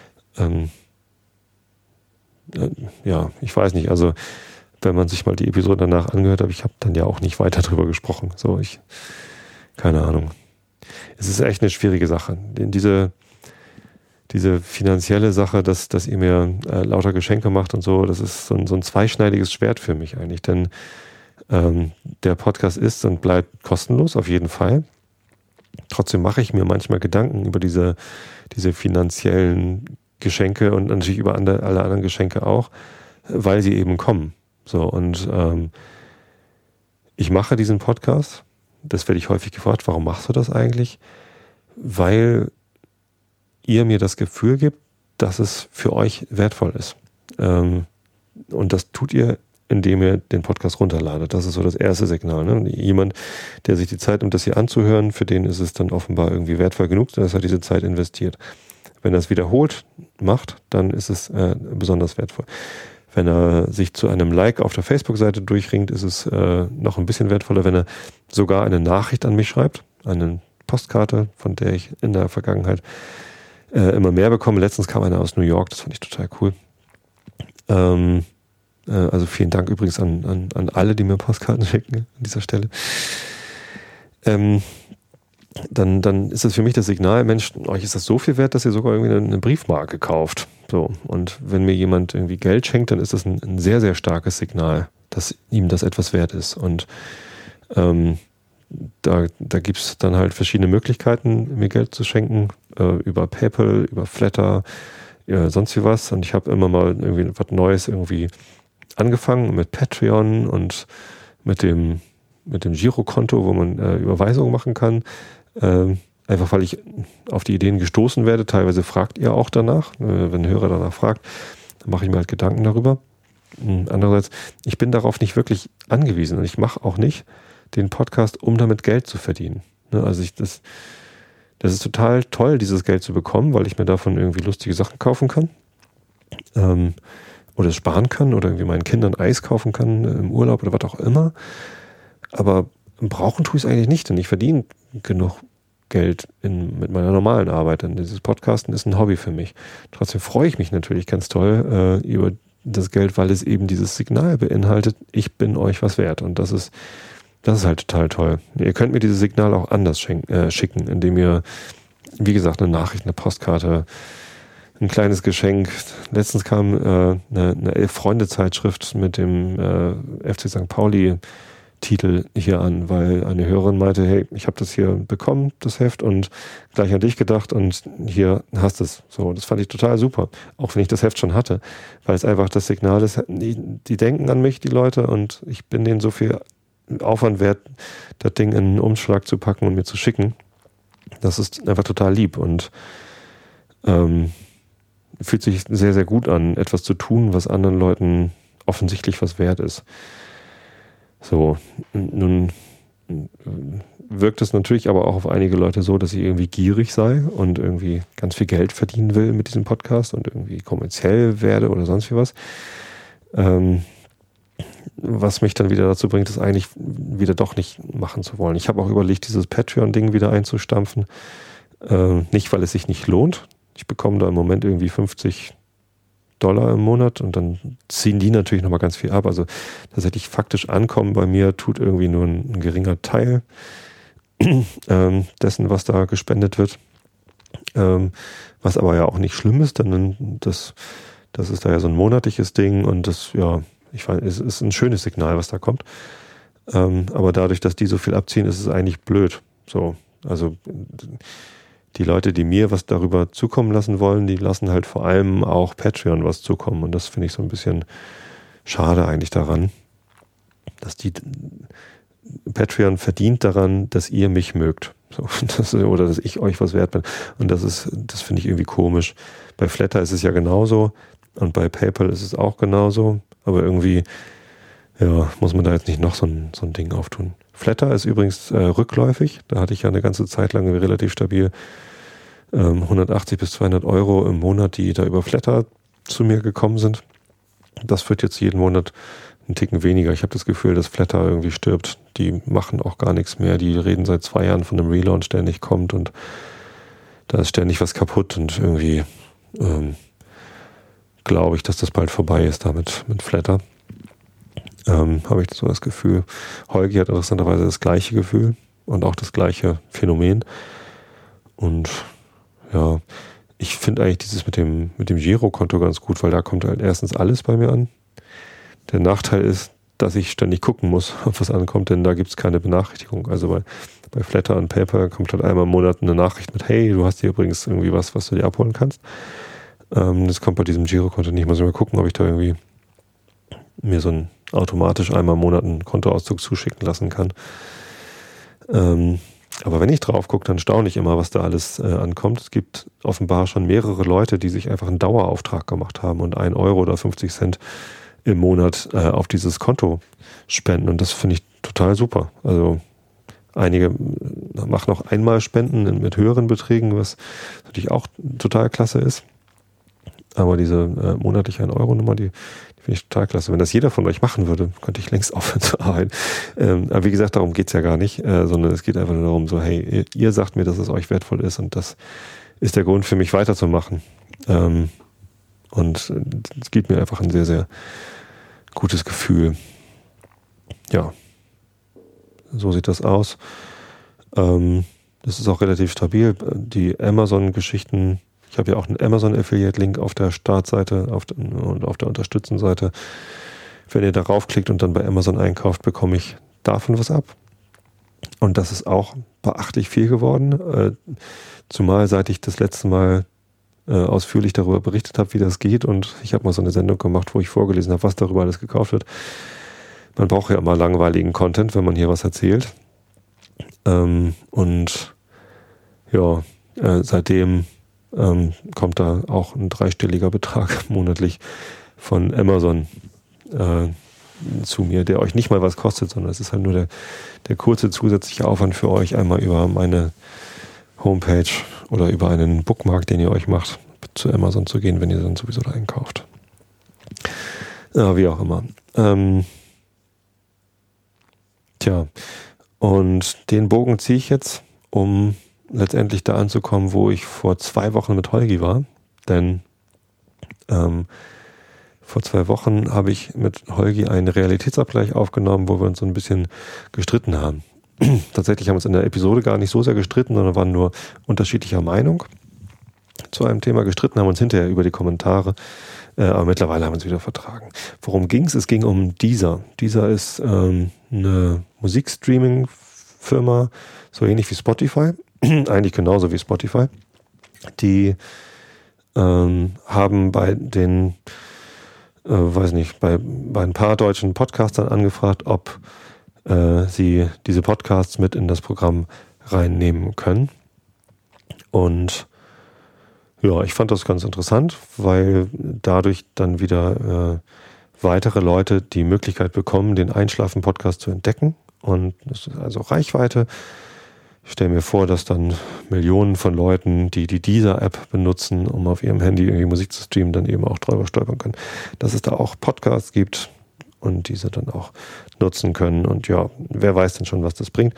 ja, ich weiß nicht, also wenn man sich mal die Episode danach angehört hat, ich habe dann ja auch nicht weiter drüber gesprochen. So, keine Ahnung. Es ist echt eine schwierige Sache. Diese finanzielle Sache, dass ihr mir lauter Geschenke macht und so, das ist so ein zweischneidiges Schwert für mich eigentlich, denn der Podcast ist und bleibt kostenlos, auf jeden Fall. Trotzdem mache ich mir manchmal Gedanken über diese finanziellen Geschenke und natürlich über alle anderen Geschenke auch, weil sie eben kommen. So, und ich mache diesen Podcast, das werde ich häufig gefragt, warum machst du das eigentlich? Weil ihr mir das Gefühl gibt, dass es für euch wertvoll ist. Und das tut ihr, indem ihr den Podcast runterladet. Das ist so das erste Signal. Ne? Jemand, der sich die Zeit nimmt, das hier anzuhören, für den ist es dann offenbar irgendwie wertvoll genug, dass er diese Zeit investiert. Wenn er es wiederholt macht, dann ist es besonders wertvoll. Wenn er sich zu einem Like auf der Facebook-Seite durchringt, ist es noch ein bisschen wertvoller, wenn er sogar eine Nachricht an mich schreibt, eine Postkarte, von der ich in der Vergangenheit immer mehr bekomme. Letztens kam einer aus New York, das fand ich total cool. Also vielen Dank übrigens an alle, die mir Postkarten schicken an dieser Stelle. Dann ist das für mich das Signal, Mensch, euch ist das so viel wert, dass ihr sogar irgendwie eine Briefmarke kauft. So. Und wenn mir jemand irgendwie Geld schenkt, dann ist das ein sehr, sehr starkes Signal, dass ihm das etwas wert ist. Und da gibt es dann halt verschiedene Möglichkeiten, mir Geld zu schenken, über PayPal, über Flatter, sonst wie was. Und ich habe immer mal irgendwie was Neues irgendwie angefangen mit Patreon und mit dem Girokonto, wo man Überweisungen machen kann. Einfach weil ich auf die Ideen gestoßen werde. Teilweise fragt ihr auch danach. Wenn ein Hörer danach fragt, dann mache ich mir halt Gedanken darüber. Andererseits, ich bin darauf nicht wirklich angewiesen und ich mache auch nicht den Podcast, um damit Geld zu verdienen. Also das ist total toll, dieses Geld zu bekommen, weil ich mir davon irgendwie lustige Sachen kaufen kann. Oder sparen kann oder irgendwie meinen Kindern Eis kaufen kann im Urlaub oder was auch immer. Aber brauchen tue ich es eigentlich nicht, denn ich verdiene genug Geld mit meiner normalen Arbeit. Denn dieses Podcasten ist ein Hobby für mich. Trotzdem freue ich mich natürlich ganz toll über das Geld, weil es eben dieses Signal beinhaltet, ich bin euch was wert. Und das ist Das ist halt total toll. Ihr könnt mir dieses Signal auch anders schicken, indem ihr, wie gesagt, eine Nachricht, eine Postkarte, ein kleines Geschenk. Letztens kam eine Elf-Freunde-Zeitschrift mit dem FC St. Pauli-Titel hier an, weil eine Hörerin meinte, hey, ich habe das hier bekommen, das Heft, und gleich an dich gedacht und hier hast es. So, das fand ich total super, auch wenn ich das Heft schon hatte, weil es einfach das Signal ist, die denken an mich, die Leute, und ich bin denen so viel Aufwand wert, das Ding in einen Umschlag zu packen und mir zu schicken. Das ist einfach total lieb und fühlt sich sehr, sehr gut an, etwas zu tun, was anderen Leuten offensichtlich was wert ist. So, nun wirkt es natürlich aber auch auf einige Leute so, dass ich irgendwie gierig sei und irgendwie ganz viel Geld verdienen will mit diesem Podcast und irgendwie kommerziell werde oder sonst wie was. Was mich dann wieder dazu bringt, das eigentlich wieder doch nicht machen zu wollen. Ich habe auch überlegt, dieses Patreon-Ding wieder einzustampfen. Nicht, weil es sich nicht lohnt. Ich bekomme da im Moment irgendwie $50 im Monat und dann ziehen die natürlich nochmal ganz viel ab. Also tatsächlich faktisch ankommen bei mir tut irgendwie nur ein geringer Teil dessen, was da gespendet wird. Was aber ja auch nicht schlimm ist, denn das ist da ja so ein monatliches Ding und das, ja, ich weiß, es ist ein schönes Signal, was da kommt. Aber dadurch, dass die so viel abziehen, ist es eigentlich blöd. So, also die Leute, die mir was darüber zukommen lassen wollen, die lassen halt vor allem auch Patreon was zukommen. Und das finde ich so ein bisschen schade eigentlich daran, dass Patreon verdient daran, dass ihr mich mögt. So, oder dass ich euch was wert bin. Und das finde ich irgendwie komisch. Bei Flatter ist es ja genauso und bei PayPal ist es auch genauso. Aber irgendwie, ja, muss man da jetzt nicht noch so ein Ding auftun. Flatter ist übrigens rückläufig. Da hatte ich ja eine ganze Zeit lang relativ stabil 180 bis 200 Euro im Monat, die da über Flatter zu mir gekommen sind. Das wird jetzt jeden Monat einen Ticken weniger. Ich habe das Gefühl, dass Flatter irgendwie stirbt. Die machen auch gar nichts mehr. Die reden seit 2 Jahren von einem Relaunch, der nicht kommt, und da ist ständig was kaputt und irgendwie glaube ich, dass das bald vorbei ist damit mit Flatter. Habe ich so das Gefühl. Holgi hat interessanterweise das gleiche Gefühl und auch das gleiche Phänomen. Und ja, ich finde eigentlich dieses mit dem Girokonto ganz gut, weil da kommt halt erstens alles bei mir an. Der Nachteil ist, dass ich ständig gucken muss, ob was ankommt, denn da gibt es keine Benachrichtigung. Also bei Flatter und PayPal kommt halt einmal im Monat eine Nachricht mit, hey, du hast hier übrigens irgendwie was du dir abholen kannst. Das kommt bei diesem Girokonto nicht. Muss ich mal gucken, ob ich da irgendwie mir so ein automatisch einmal im Monat einen Kontoauszug zuschicken lassen kann. Aber wenn ich drauf gucke, dann staune ich immer, was da alles ankommt. Es gibt offenbar schon mehrere Leute, die sich einfach einen Dauerauftrag gemacht haben und 1 Euro oder 50 Cent im Monat auf dieses Konto spenden. Und das finde ich total super. Also einige machen auch einmal Spenden mit höheren Beträgen, was natürlich auch total klasse ist. Aber diese monatliche 1-Euro-Nummer, die finde ich total klasse. Wenn das jeder von euch machen würde, könnte ich längst aufhören zu arbeiten. Aber wie gesagt, darum geht's ja gar nicht, sondern es geht einfach nur darum, so, hey, ihr sagt mir, dass es euch wertvoll ist und das ist der Grund für mich weiterzumachen. Und es gibt mir einfach ein sehr, sehr gutes Gefühl. Ja, so sieht das aus. Das ist auch relativ stabil. Die Amazon-Geschichten, ich habe ja auch einen Amazon-Affiliate-Link auf der Startseite und auf der Unterstützen-Seite. Wenn ihr darauf klickt und dann bei Amazon einkauft, bekomme ich davon was ab. Und das ist auch beachtlich viel geworden. Zumal seit ich das letzte Mal ausführlich darüber berichtet habe, wie das geht. Und ich habe mal so eine Sendung gemacht, wo ich vorgelesen habe, was darüber alles gekauft wird. Man braucht ja immer langweiligen Content, wenn man hier was erzählt. Und ja, seitdem kommt da auch ein 3-stelliger Betrag monatlich von Amazon zu mir, der euch nicht mal was kostet, sondern es ist halt nur der kurze zusätzliche Aufwand für euch, einmal über meine Homepage oder über einen Bookmark, den ihr euch macht, zu Amazon zu gehen, wenn ihr dann sowieso da einkauft. Ja, wie auch immer. Und den Bogen ziehe ich jetzt, um letztendlich da anzukommen, wo ich vor 2 Wochen mit Holgi war. Denn Vor 2 Wochen habe ich mit Holgi einen Realitätsabgleich aufgenommen, wo wir uns so ein bisschen gestritten haben. Tatsächlich haben wir uns in der Episode gar nicht so sehr gestritten, sondern waren nur unterschiedlicher Meinung zu einem Thema gestritten, haben uns hinterher über die Kommentare, aber mittlerweile haben wir uns wieder vertragen. Worum ging es? Es ging um Deezer. Deezer ist eine Musikstreaming-Firma, so ähnlich wie Spotify, eigentlich genauso wie Spotify. Die haben bei den, bei ein paar deutschen Podcastern angefragt, ob sie diese Podcasts mit in das Programm reinnehmen können. Und ja, ich fand das ganz interessant, weil dadurch dann wieder weitere Leute die Möglichkeit bekommen, den Einschlafen-Podcast zu entdecken. Und das ist also Reichweite. Ich stelle mir vor, dass dann Millionen von Leuten, die Deezer-App benutzen, um auf ihrem Handy irgendwie Musik zu streamen, dann eben auch drüber stolpern können. Dass es da auch Podcasts gibt und diese dann auch nutzen können. Und ja, wer weiß denn schon, was das bringt.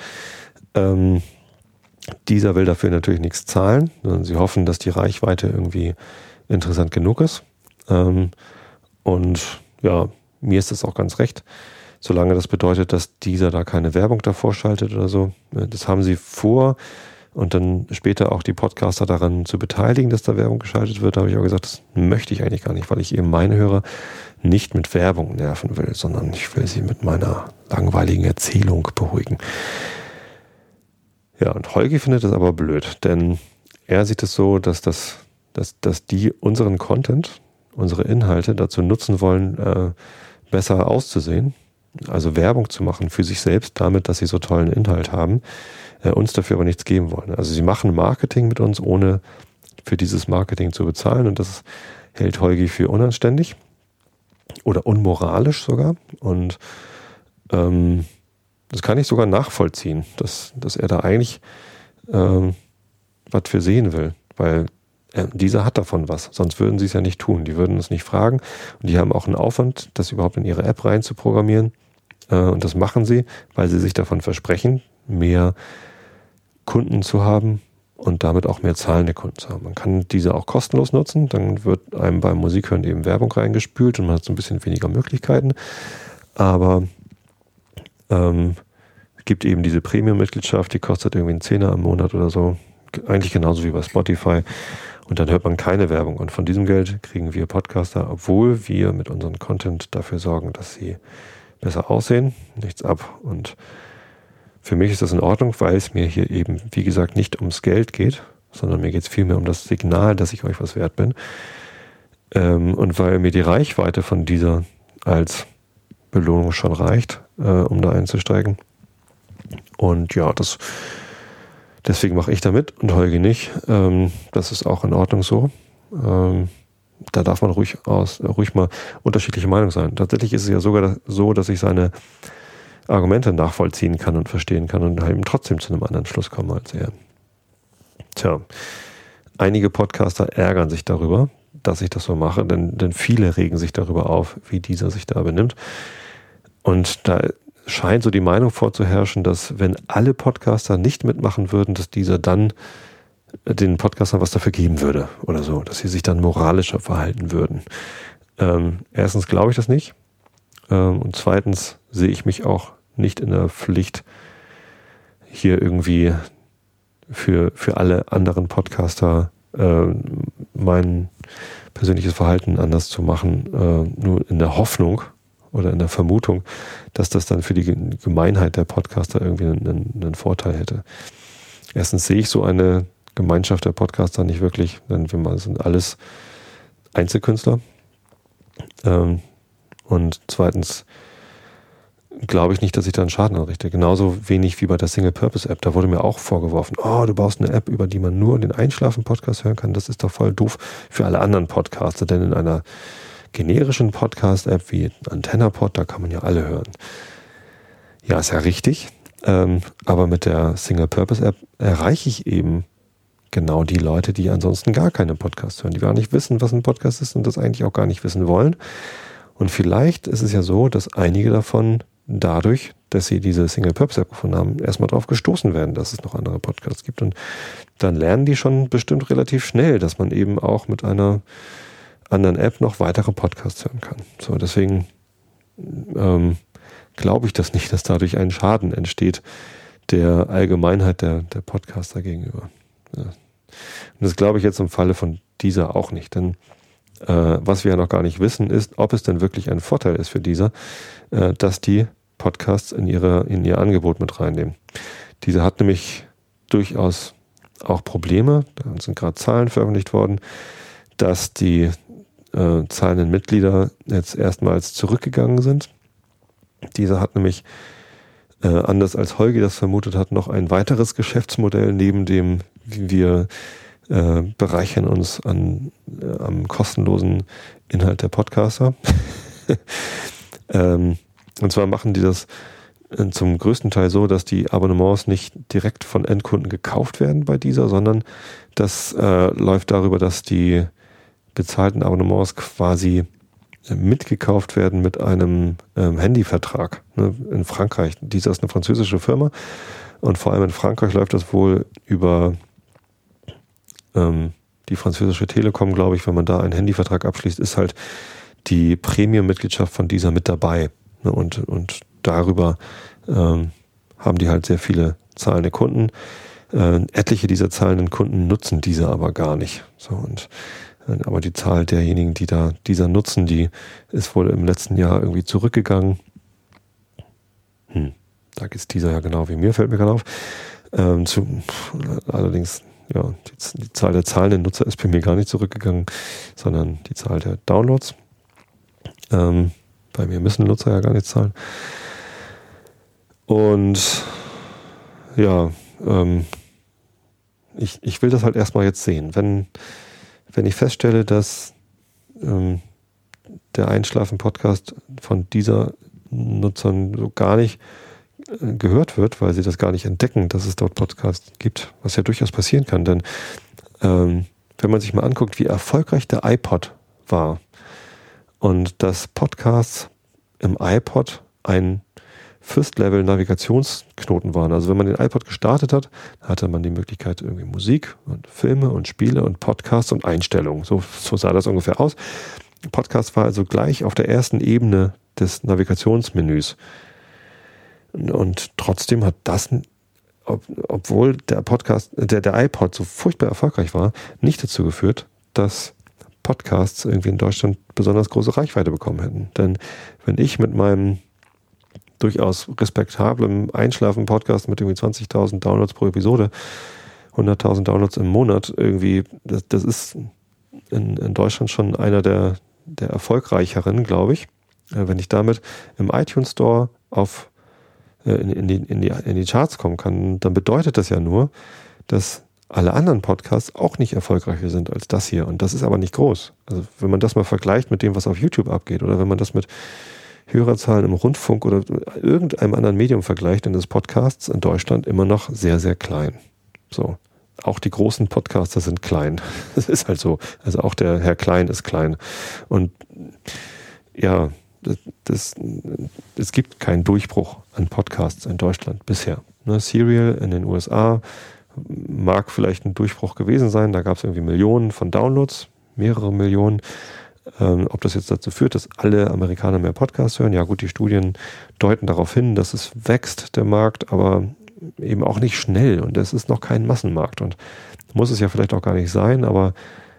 Deezer will dafür natürlich nichts zahlen, sondern sie hoffen, dass die Reichweite irgendwie interessant genug ist. Und ja, mir ist das auch ganz recht, solange das bedeutet, dass Deezer da keine Werbung davor schaltet oder so. Das haben sie vor und dann später auch die Podcaster daran zu beteiligen, dass da Werbung geschaltet wird. Da habe ich auch gesagt, das möchte ich eigentlich gar nicht, weil ich eben meine Hörer nicht mit Werbung nerven will, sondern ich will sie mit meiner langweiligen Erzählung beruhigen. Ja, und Holgi findet das aber blöd, denn er sieht es so, dass die unseren Content, unsere Inhalte dazu nutzen wollen, besser auszusehen, also Werbung zu machen für sich selbst, damit, dass sie so tollen Inhalt haben, uns dafür aber nichts geben wollen. Also sie machen Marketing mit uns, ohne für dieses Marketing zu bezahlen, und das hält Holgi für unanständig oder unmoralisch sogar, und das kann ich sogar nachvollziehen, dass er da eigentlich was für sehen will, weil dieser hat davon was, sonst würden sie es ja nicht tun. Die würden es nicht fragen und die haben auch einen Aufwand, das überhaupt in ihre App rein zu programmieren, und das machen sie, weil sie sich davon versprechen, mehr Kunden zu haben und damit auch mehr zahlende Kunden zu haben. Man kann diese auch kostenlos nutzen, dann wird einem beim Musikhören eben Werbung reingespült und man hat so ein bisschen weniger Möglichkeiten, aber es gibt eben diese Premium-Mitgliedschaft, die kostet irgendwie einen Zehner im Monat oder so, eigentlich genauso wie bei Spotify, und dann hört man keine Werbung, und von diesem Geld kriegen wir Podcaster, obwohl wir mit unserem Content dafür sorgen, dass sie besser aussehen, nichts ab. Und für mich ist das in Ordnung, weil es mir hier eben, wie gesagt, nicht ums Geld geht, sondern mir geht es vielmehr um das Signal, dass ich euch was wert bin, und weil mir die Reichweite von dieser als Belohnung schon reicht, um da einzusteigen. Und ja, deswegen mache ich da mit und Holgi nicht. Das ist auch in Ordnung so. Da darf man ruhig mal unterschiedliche Meinung sein. Tatsächlich ist es ja sogar so, dass ich seine Argumente nachvollziehen kann und verstehen kann und eben trotzdem zu einem anderen Schluss komme als er. Tja, einige Podcaster ärgern sich darüber, dass ich das so mache, denn viele regen sich darüber auf, wie dieser sich da benimmt. Und da scheint so die Meinung vorzuherrschen, dass wenn alle Podcaster nicht mitmachen würden, dass dieser dann den Podcastern was dafür geben würde oder so, dass sie sich dann moralischer verhalten würden. Erstens glaube ich das nicht, und zweitens sehe ich mich auch nicht in der Pflicht, hier irgendwie für alle anderen Podcaster mein persönliches Verhalten anders zu machen, nur in der Hoffnung oder in der Vermutung, dass das dann für die Gemeinheit der Podcaster irgendwie einen Vorteil hätte. Erstens sehe ich so eine Gemeinschaft der Podcaster nicht wirklich, denn wir sind alles Einzelkünstler. Und zweitens glaube ich nicht, dass ich da einen Schaden anrichte. Genauso wenig wie bei der Single-Purpose-App. Da wurde mir auch vorgeworfen, du baust eine App, über die man nur den Einschlafen-Podcast hören kann. Das ist doch voll doof für alle anderen Podcaster, denn in einer generischen Podcast-App wie AntennaPod, da kann man ja alle hören. Ja, ist ja richtig, aber mit der Single-Purpose-App erreiche ich eben genau die Leute, die ansonsten gar keine Podcasts hören, die gar nicht wissen, was ein Podcast ist und das eigentlich auch gar nicht wissen wollen. Und vielleicht ist es ja so, dass einige davon dadurch, dass sie diese Single-Purpose-App gefunden haben, erstmal darauf gestoßen werden, dass es noch andere Podcasts gibt. Und dann lernen die schon bestimmt relativ schnell, dass man eben auch mit einer anderen App noch weitere Podcasts hören kann. So, deswegen glaube ich das nicht, dass dadurch ein Schaden entsteht der Allgemeinheit der Podcaster gegenüber. Ja. Und das glaube ich jetzt im Falle von dieser auch nicht, denn was wir ja noch gar nicht wissen, ist, ob es denn wirklich ein Vorteil ist für dieser, dass die Podcasts in ihr Angebot mit reinnehmen. Diese hat nämlich durchaus auch Probleme, da sind gerade Zahlen veröffentlicht worden, dass die zahlenden Mitglieder jetzt erstmals zurückgegangen sind. Dieser hat nämlich, anders als Holgi das vermutet hat, noch ein weiteres Geschäftsmodell neben dem, wie wir bereichern uns am kostenlosen Inhalt der Podcaster. Und zwar machen die das zum größten Teil so, dass die Abonnements nicht direkt von Endkunden gekauft werden bei dieser, sondern das läuft darüber, dass die bezahlten Abonnements quasi mitgekauft werden mit einem Handyvertrag. Ne? In Frankreich, dieser ist eine französische Firma und vor allem in Frankreich läuft das wohl über die französische Telekom, glaube ich. Wenn man da einen Handyvertrag abschließt, ist halt die Premium-Mitgliedschaft von dieser mit dabei. Ne? Und darüber haben die halt sehr viele zahlende Kunden. Etliche dieser zahlenden Kunden nutzen diese aber gar nicht. So, aber die Zahl derjenigen, die da dieser nutzen, die ist wohl im letzten Jahr irgendwie zurückgegangen. Da ist dieser ja genau wie mir, fällt mir gerade auf. Allerdings, ja, die Zahl der zahlenden Nutzer ist bei mir gar nicht zurückgegangen, sondern die Zahl der Downloads. Bei mir müssen Nutzer ja gar nicht zahlen. Und ja, ich will das halt erstmal jetzt sehen. Wenn ich feststelle, dass der Einschlafen-Podcast von dieser Nutzern so gar nicht gehört wird, weil sie das gar nicht entdecken, dass es dort Podcasts gibt, was ja durchaus passieren kann. Denn wenn man sich mal anguckt, wie erfolgreich der iPod war und dass Podcasts im iPod ein First-Level-Navigationsknoten waren. Also wenn man den iPod gestartet hat, hatte man die Möglichkeit, irgendwie Musik und Filme und Spiele und Podcasts und Einstellungen. So sah das ungefähr aus. Podcast war also gleich auf der ersten Ebene des Navigationsmenüs. Und trotzdem hat das, obwohl der iPod so furchtbar erfolgreich war, nicht dazu geführt, dass Podcasts irgendwie in Deutschland besonders große Reichweite bekommen hätten. Denn wenn ich mit meinem durchaus respektablem Einschlafen-Podcast mit irgendwie 20.000 Downloads pro Episode, 100.000 Downloads im Monat irgendwie, das ist in Deutschland schon einer der erfolgreicheren, glaube ich. Wenn ich damit im iTunes Store in die Charts kommen kann, dann bedeutet das ja nur, dass alle anderen Podcasts auch nicht erfolgreicher sind als das hier. Und das ist aber nicht groß. Also wenn man das mal vergleicht mit dem, was auf YouTube abgeht, oder wenn man das mit Hörerzahlen im Rundfunk oder irgendeinem anderen Medium vergleicht, dann ist Podcasts in Deutschland immer noch sehr, sehr klein. So. Auch die großen Podcaster sind klein. Das ist halt so. Also auch der Herr Klein ist klein. Und ja, es gibt keinen Durchbruch an Podcasts in Deutschland bisher. Ne, Serial in den USA mag vielleicht ein Durchbruch gewesen sein. Da gab es irgendwie Millionen von Downloads, mehrere Millionen. Ob das jetzt dazu führt, dass alle Amerikaner mehr Podcasts hören, ja gut, die Studien deuten darauf hin, dass es wächst, der Markt, aber eben auch nicht schnell und es ist noch kein Massenmarkt und muss es ja vielleicht auch gar nicht sein, aber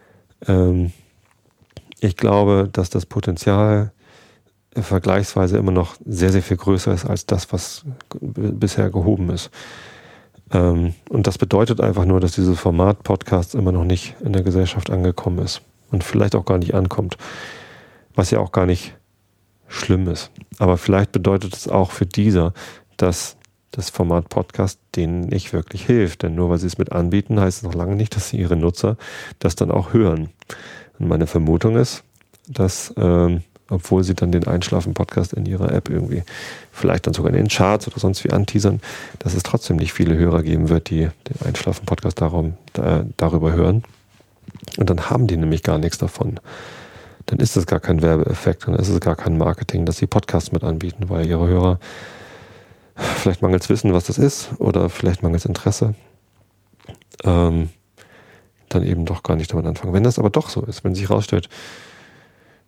ich glaube, dass das Potenzial vergleichsweise immer noch sehr, sehr viel größer ist als das, was bisher gehoben ist. Und das bedeutet einfach nur, dass dieses Format Podcasts immer noch nicht in der Gesellschaft angekommen ist. Und vielleicht auch gar nicht ankommt, was ja auch gar nicht schlimm ist. Aber vielleicht bedeutet es auch für dieser, dass das Format Podcast denen nicht wirklich hilft. Denn nur weil sie es mit anbieten, heißt es noch lange nicht, dass sie ihre Nutzer das dann auch hören. Und meine Vermutung ist, dass, obwohl sie dann den Einschlafen-Podcast in ihrer App irgendwie vielleicht dann sogar in den Charts oder sonst wie anteasern, dass es trotzdem nicht viele Hörer geben wird, die den Einschlafen-Podcast darüber hören. Und dann haben die nämlich gar nichts davon. Dann ist es gar kein Werbeeffekt, dann ist es gar kein Marketing, dass sie Podcasts mit anbieten, weil ihre Hörer vielleicht mangels Wissen, was das ist, oder vielleicht mangels Interesse, dann eben doch gar nicht damit anfangen. Wenn das aber doch so ist, wenn sich herausstellt,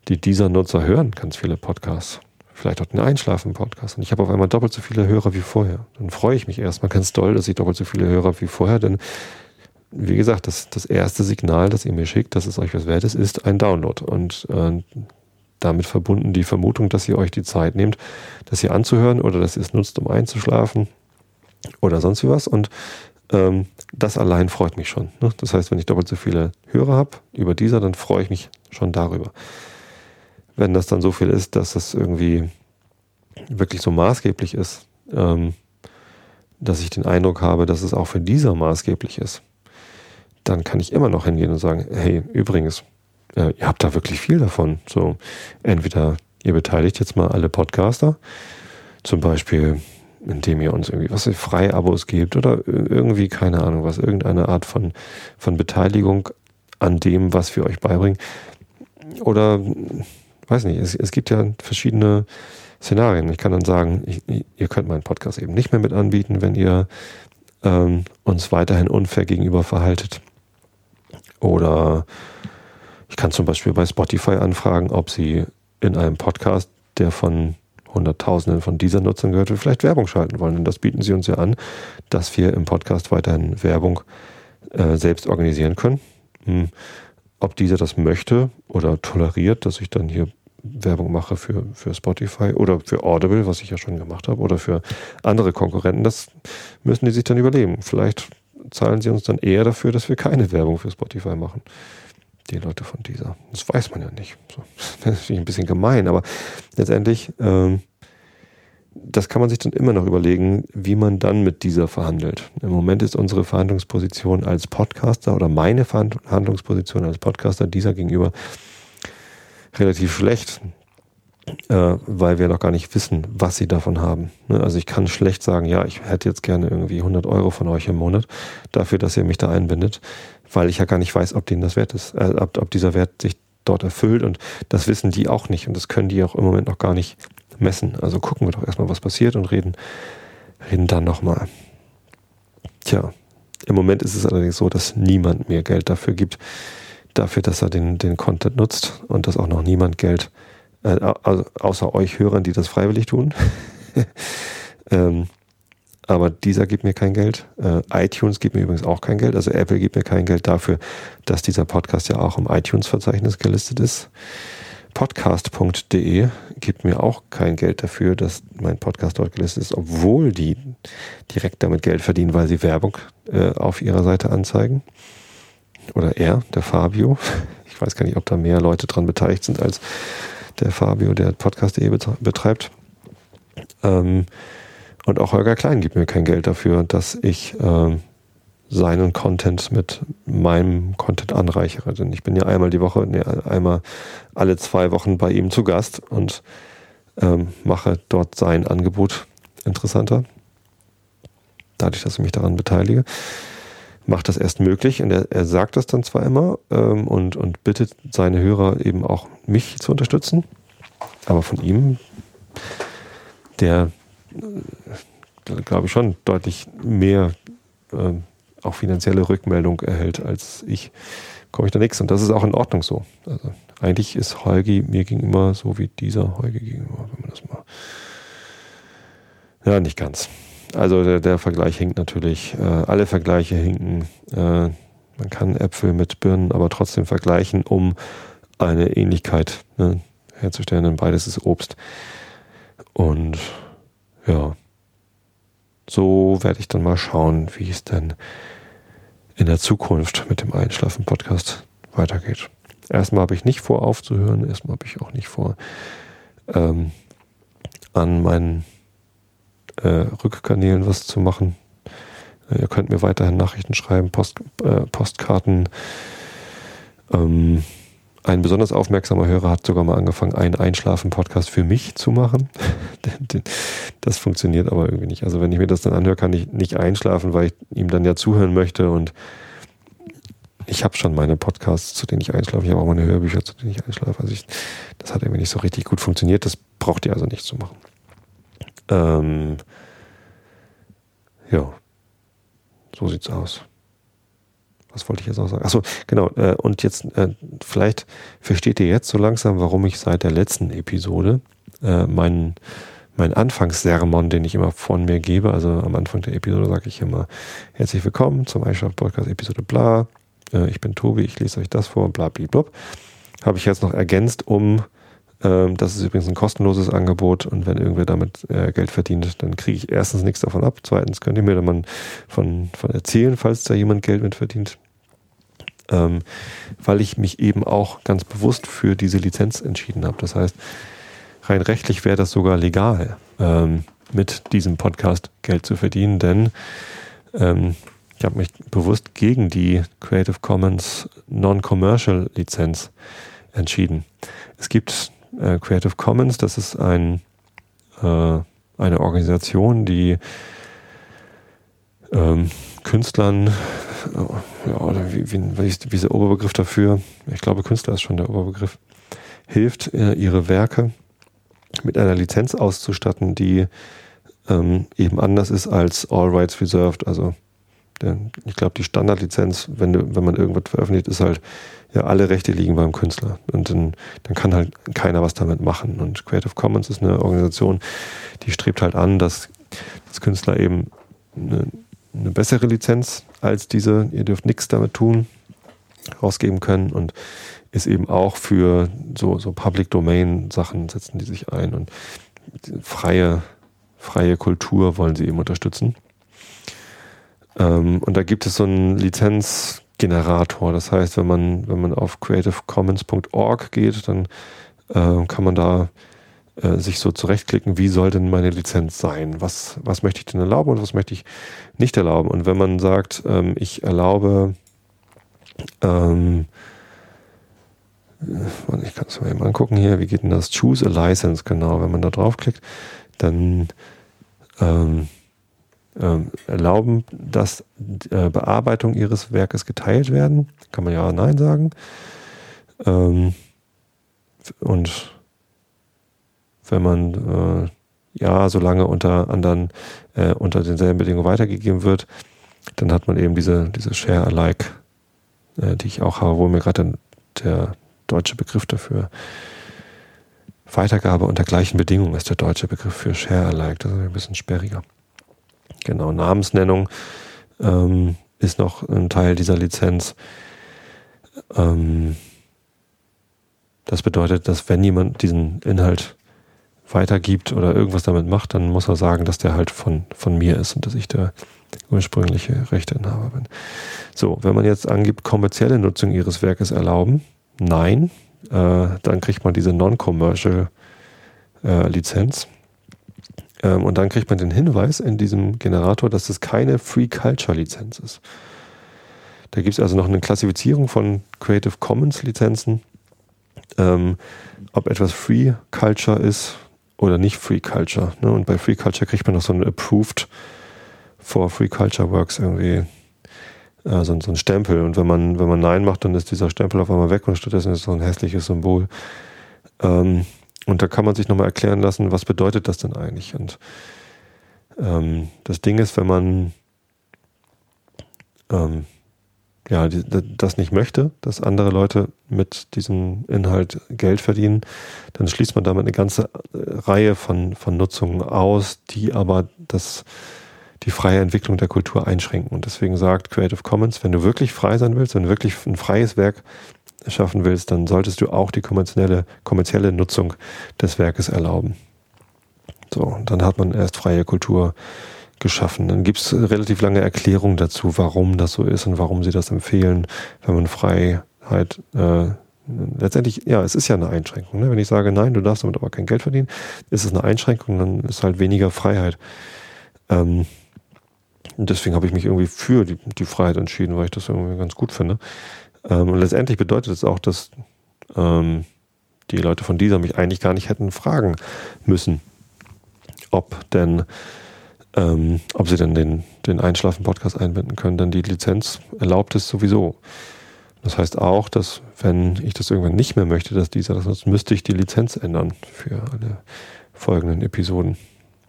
die dieser Nutzer hören ganz viele Podcasts. Vielleicht auch den Einschlafen-Podcast. Und ich habe auf einmal doppelt so viele Hörer wie vorher. Dann freue ich mich erstmal ganz doll, dass ich doppelt so viele Hörer wie vorher, denn wie gesagt, das erste Signal, das ihr mir schickt, dass es euch was wert ist ein Download. Und damit verbunden die Vermutung, dass ihr euch die Zeit nehmt, das hier anzuhören oder dass ihr es nutzt, um einzuschlafen oder sonst wie was. Und das allein freut mich schon. Ne? Das heißt, wenn ich doppelt so viele Hörer habe über dieser, dann freue ich mich schon darüber. Wenn das dann so viel ist, dass es irgendwie wirklich so maßgeblich ist, dass ich den Eindruck habe, dass es auch für dieser maßgeblich ist, dann kann ich immer noch hingehen und sagen, hey, übrigens, ihr habt da wirklich viel davon. So, entweder ihr beteiligt jetzt mal alle Podcaster, zum Beispiel, indem ihr uns irgendwie was Freiabos gebt oder irgendwie, keine Ahnung was, irgendeine Art von Beteiligung an dem, was wir euch beibringen. Oder, weiß nicht, es gibt ja verschiedene Szenarien. Ich kann dann sagen, ihr könnt meinen Podcast eben nicht mehr mit anbieten, wenn ihr uns weiterhin unfair gegenüber verhaltet. Oder ich kann zum Beispiel bei Spotify anfragen, ob sie in einem Podcast, der von Hunderttausenden von dieser Nutzern gehört wird, vielleicht Werbung schalten wollen. Und das bieten sie uns ja an, dass wir im Podcast weiterhin Werbung selbst organisieren können. Ob dieser das möchte oder toleriert, dass ich dann hier Werbung mache für Spotify oder für Audible, was ich ja schon gemacht habe, oder für andere Konkurrenten, das müssen die sich dann überlegen. Vielleicht zahlen sie uns dann eher dafür, dass wir keine Werbung für Spotify machen. Die Leute von dieser. Das weiß man ja nicht. So, das ist natürlich ein bisschen gemein, aber letztendlich, das kann man sich dann immer noch überlegen, wie man dann mit dieser verhandelt. Im Moment ist unsere Verhandlungsposition als Podcaster oder meine Verhandlungsposition als Podcaster dieser gegenüber relativ schlecht, weil wir noch gar nicht wissen, was sie davon haben. Also ich kann schlecht sagen, ja, ich hätte jetzt gerne irgendwie 100 Euro von euch im Monat dafür, dass ihr mich da einbindet, weil ich ja gar nicht weiß, ob denen das wert ist, ob dieser Wert sich dort erfüllt, und das wissen die auch nicht und das können die auch im Moment noch gar nicht messen. Also gucken wir doch erstmal, was passiert und reden dann nochmal. Tja, im Moment ist es allerdings so, dass niemand mir Geld dafür gibt, dafür, dass er den Content nutzt, und dass auch noch niemand Geld also außer euch Hörern, die das freiwillig tun. Aber dieser gibt mir kein Geld. iTunes gibt mir übrigens auch kein Geld. Also Apple gibt mir kein Geld dafür, dass dieser Podcast ja auch im iTunes-Verzeichnis gelistet ist. Podcast.de gibt mir auch kein Geld dafür, dass mein Podcast dort gelistet ist, obwohl die direkt damit Geld verdienen, weil sie Werbung auf ihrer Seite anzeigen. Oder der Fabio. Ich weiß gar nicht, ob da mehr Leute dran beteiligt sind als der Fabio, der Podcast.de betreibt. Und auch Holger Klein gibt mir kein Geld dafür, dass ich seinen Content mit meinem Content anreichere. Denn ich bin ja einmal alle 2 Wochen bei ihm zu Gast und mache dort sein Angebot interessanter. Dadurch, dass ich mich daran beteilige, macht das erst möglich. Und er sagt das dann zwar immer und bittet seine Hörer eben auch, mich zu unterstützen. Aber von ihm, der glaube ich schon deutlich mehr auch finanzielle Rückmeldung erhält als ich, komme ich da nichts. Und das ist auch in Ordnung so. Also eigentlich ist Holgi mir gegenüber so wie dieser Holgi gegenüber, wenn man das mal... Ja, nicht ganz. Also der Vergleich hinkt natürlich. Alle Vergleiche hinken. Man kann Äpfel mit Birnen aber trotzdem vergleichen, um eine Ähnlichkeit herzustellen. Denn beides ist Obst. Und ja, so werde ich dann mal schauen, wie es denn in der Zukunft mit dem Einschlafen-Podcast weitergeht. Erstmal habe ich nicht vor, aufzuhören. Erstmal habe ich auch nicht vor, an meinen Rückkanälen was zu machen. Ihr könnt mir weiterhin Nachrichten schreiben, Postkarten. Ein besonders aufmerksamer Hörer hat sogar mal angefangen, einen Einschlafen-Podcast für mich zu machen. Das funktioniert aber irgendwie nicht. Also wenn ich mir das dann anhöre, kann ich nicht einschlafen, weil ich ihm dann ja zuhören möchte, und ich habe schon meine Podcasts, zu denen ich einschlafe. Ich habe auch meine Hörbücher, zu denen ich einschlafe. Also das hat irgendwie nicht so richtig gut funktioniert. Das braucht ihr also nicht zu machen. Ja, so sieht's aus. Was wollte ich jetzt auch sagen? Achso, genau. Und jetzt, vielleicht versteht ihr jetzt so langsam, warum ich seit der letzten Episode meinen Anfangssermon, den ich immer von mir gebe, also am Anfang der Episode sage ich immer, herzlich willkommen zum Einschlaf-Podcast Episode bla, ich bin Tobi, ich lese euch das vor, bla, blablabla. Habe ich jetzt noch ergänzt, das ist übrigens ein kostenloses Angebot und wenn irgendwer damit Geld verdient, dann kriege ich erstens nichts davon ab, zweitens könnt ihr mir dann von erzählen, falls da jemand Geld mit verdient, weil ich mich eben auch ganz bewusst für diese Lizenz entschieden habe. Das heißt, rein rechtlich wäre das sogar legal, mit diesem Podcast Geld zu verdienen, denn ich habe mich bewusst gegen die Creative Commons Non-Commercial Lizenz entschieden. Es gibt Creative Commons, das ist eine Organisation, die Künstlern, oder wie ist der Oberbegriff dafür? Ich glaube, Künstler ist schon der Oberbegriff, hilft, ihre Werke mit einer Lizenz auszustatten, die eben anders ist als All Rights Reserved. Also ich glaube, die Standardlizenz, wenn man irgendwas veröffentlicht, ist halt, ja, alle Rechte liegen beim Künstler. Und dann kann halt keiner was damit machen. Und Creative Commons ist eine Organisation, die strebt halt an, dass Künstler eben eine bessere Lizenz als diese, ihr dürft nichts damit tun, rausgeben können und ist eben auch für so Public Domain Sachen setzen die sich ein und freie Kultur wollen sie eben unterstützen. Und da gibt es so einen Lizenzgenerator. Das heißt, wenn man auf creativecommons.org geht, dann kann man da sich so zurechtklicken, wie soll denn meine Lizenz sein? Was möchte ich denn erlauben und was möchte ich nicht erlauben? Und wenn man sagt, ich erlaube, ich kann es mal eben angucken hier, wie geht denn das? Choose a License, genau. Wenn man da draufklickt, dann erlauben, dass Bearbeitung ihres Werkes geteilt werden. Kann man ja oder nein sagen. Und wenn man solange unter denselben Bedingungen weitergegeben wird, dann hat man eben diese Share Alike, die ich auch habe, wo mir gerade der deutsche Begriff dafür Weitergabe unter gleichen Bedingungen ist der deutsche Begriff für Share Alike. Das ist ein bisschen sperriger. Genau, Namensnennung ist noch ein Teil dieser Lizenz. Das bedeutet, dass wenn jemand diesen Inhalt weitergibt oder irgendwas damit macht, dann muss er sagen, dass der halt von mir ist und dass ich der ursprüngliche Rechteinhaber bin. So, wenn man jetzt angibt, kommerzielle Nutzung ihres Werkes erlauben, nein, dann kriegt man diese Non-Commercial Lizenz. Und dann kriegt man den Hinweis in diesem Generator, dass es keine Free Culture Lizenz ist. Da gibt es also noch eine Klassifizierung von Creative Commons Lizenzen, ob etwas Free Culture ist oder nicht Free Culture. Ne? Und bei Free Culture kriegt man noch so ein Approved for Free Culture Works irgendwie so ein Stempel. Und wenn man Nein macht, dann ist dieser Stempel auf einmal weg und stattdessen ist es so ein hässliches Symbol. Und da kann man sich nochmal erklären lassen, was bedeutet das denn eigentlich? Und das Ding ist, wenn man das nicht möchte, dass andere Leute mit diesem Inhalt Geld verdienen, dann schließt man damit eine ganze Reihe von Nutzungen aus, die aber die freie Entwicklung der Kultur einschränken. Und deswegen sagt Creative Commons, wenn du wirklich frei sein willst, wenn du wirklich ein freies Werk schaffen willst, dann solltest du auch die kommerzielle Nutzung des Werkes erlauben. So, und dann hat man erst freie Kultur geschaffen. Dann gibt es relativ lange Erklärungen dazu, warum das so ist und warum sie das empfehlen, wenn man Freiheit letztendlich, ja, es ist ja eine Einschränkung. Ne? Wenn ich sage, nein, du darfst damit aber kein Geld verdienen, ist es eine Einschränkung, dann ist halt weniger Freiheit. Und deswegen habe ich mich irgendwie für die Freiheit entschieden, weil ich das irgendwie ganz gut finde. Und letztendlich bedeutet es auch, dass die Leute von dieser mich eigentlich gar nicht hätten fragen müssen, ob sie denn den Einschlafen-Podcast einbinden können, denn die Lizenz erlaubt es sowieso. Das heißt auch, dass wenn ich das irgendwann nicht mehr möchte, dass dieser das nutzt, müsste ich die Lizenz ändern für alle folgenden Episoden.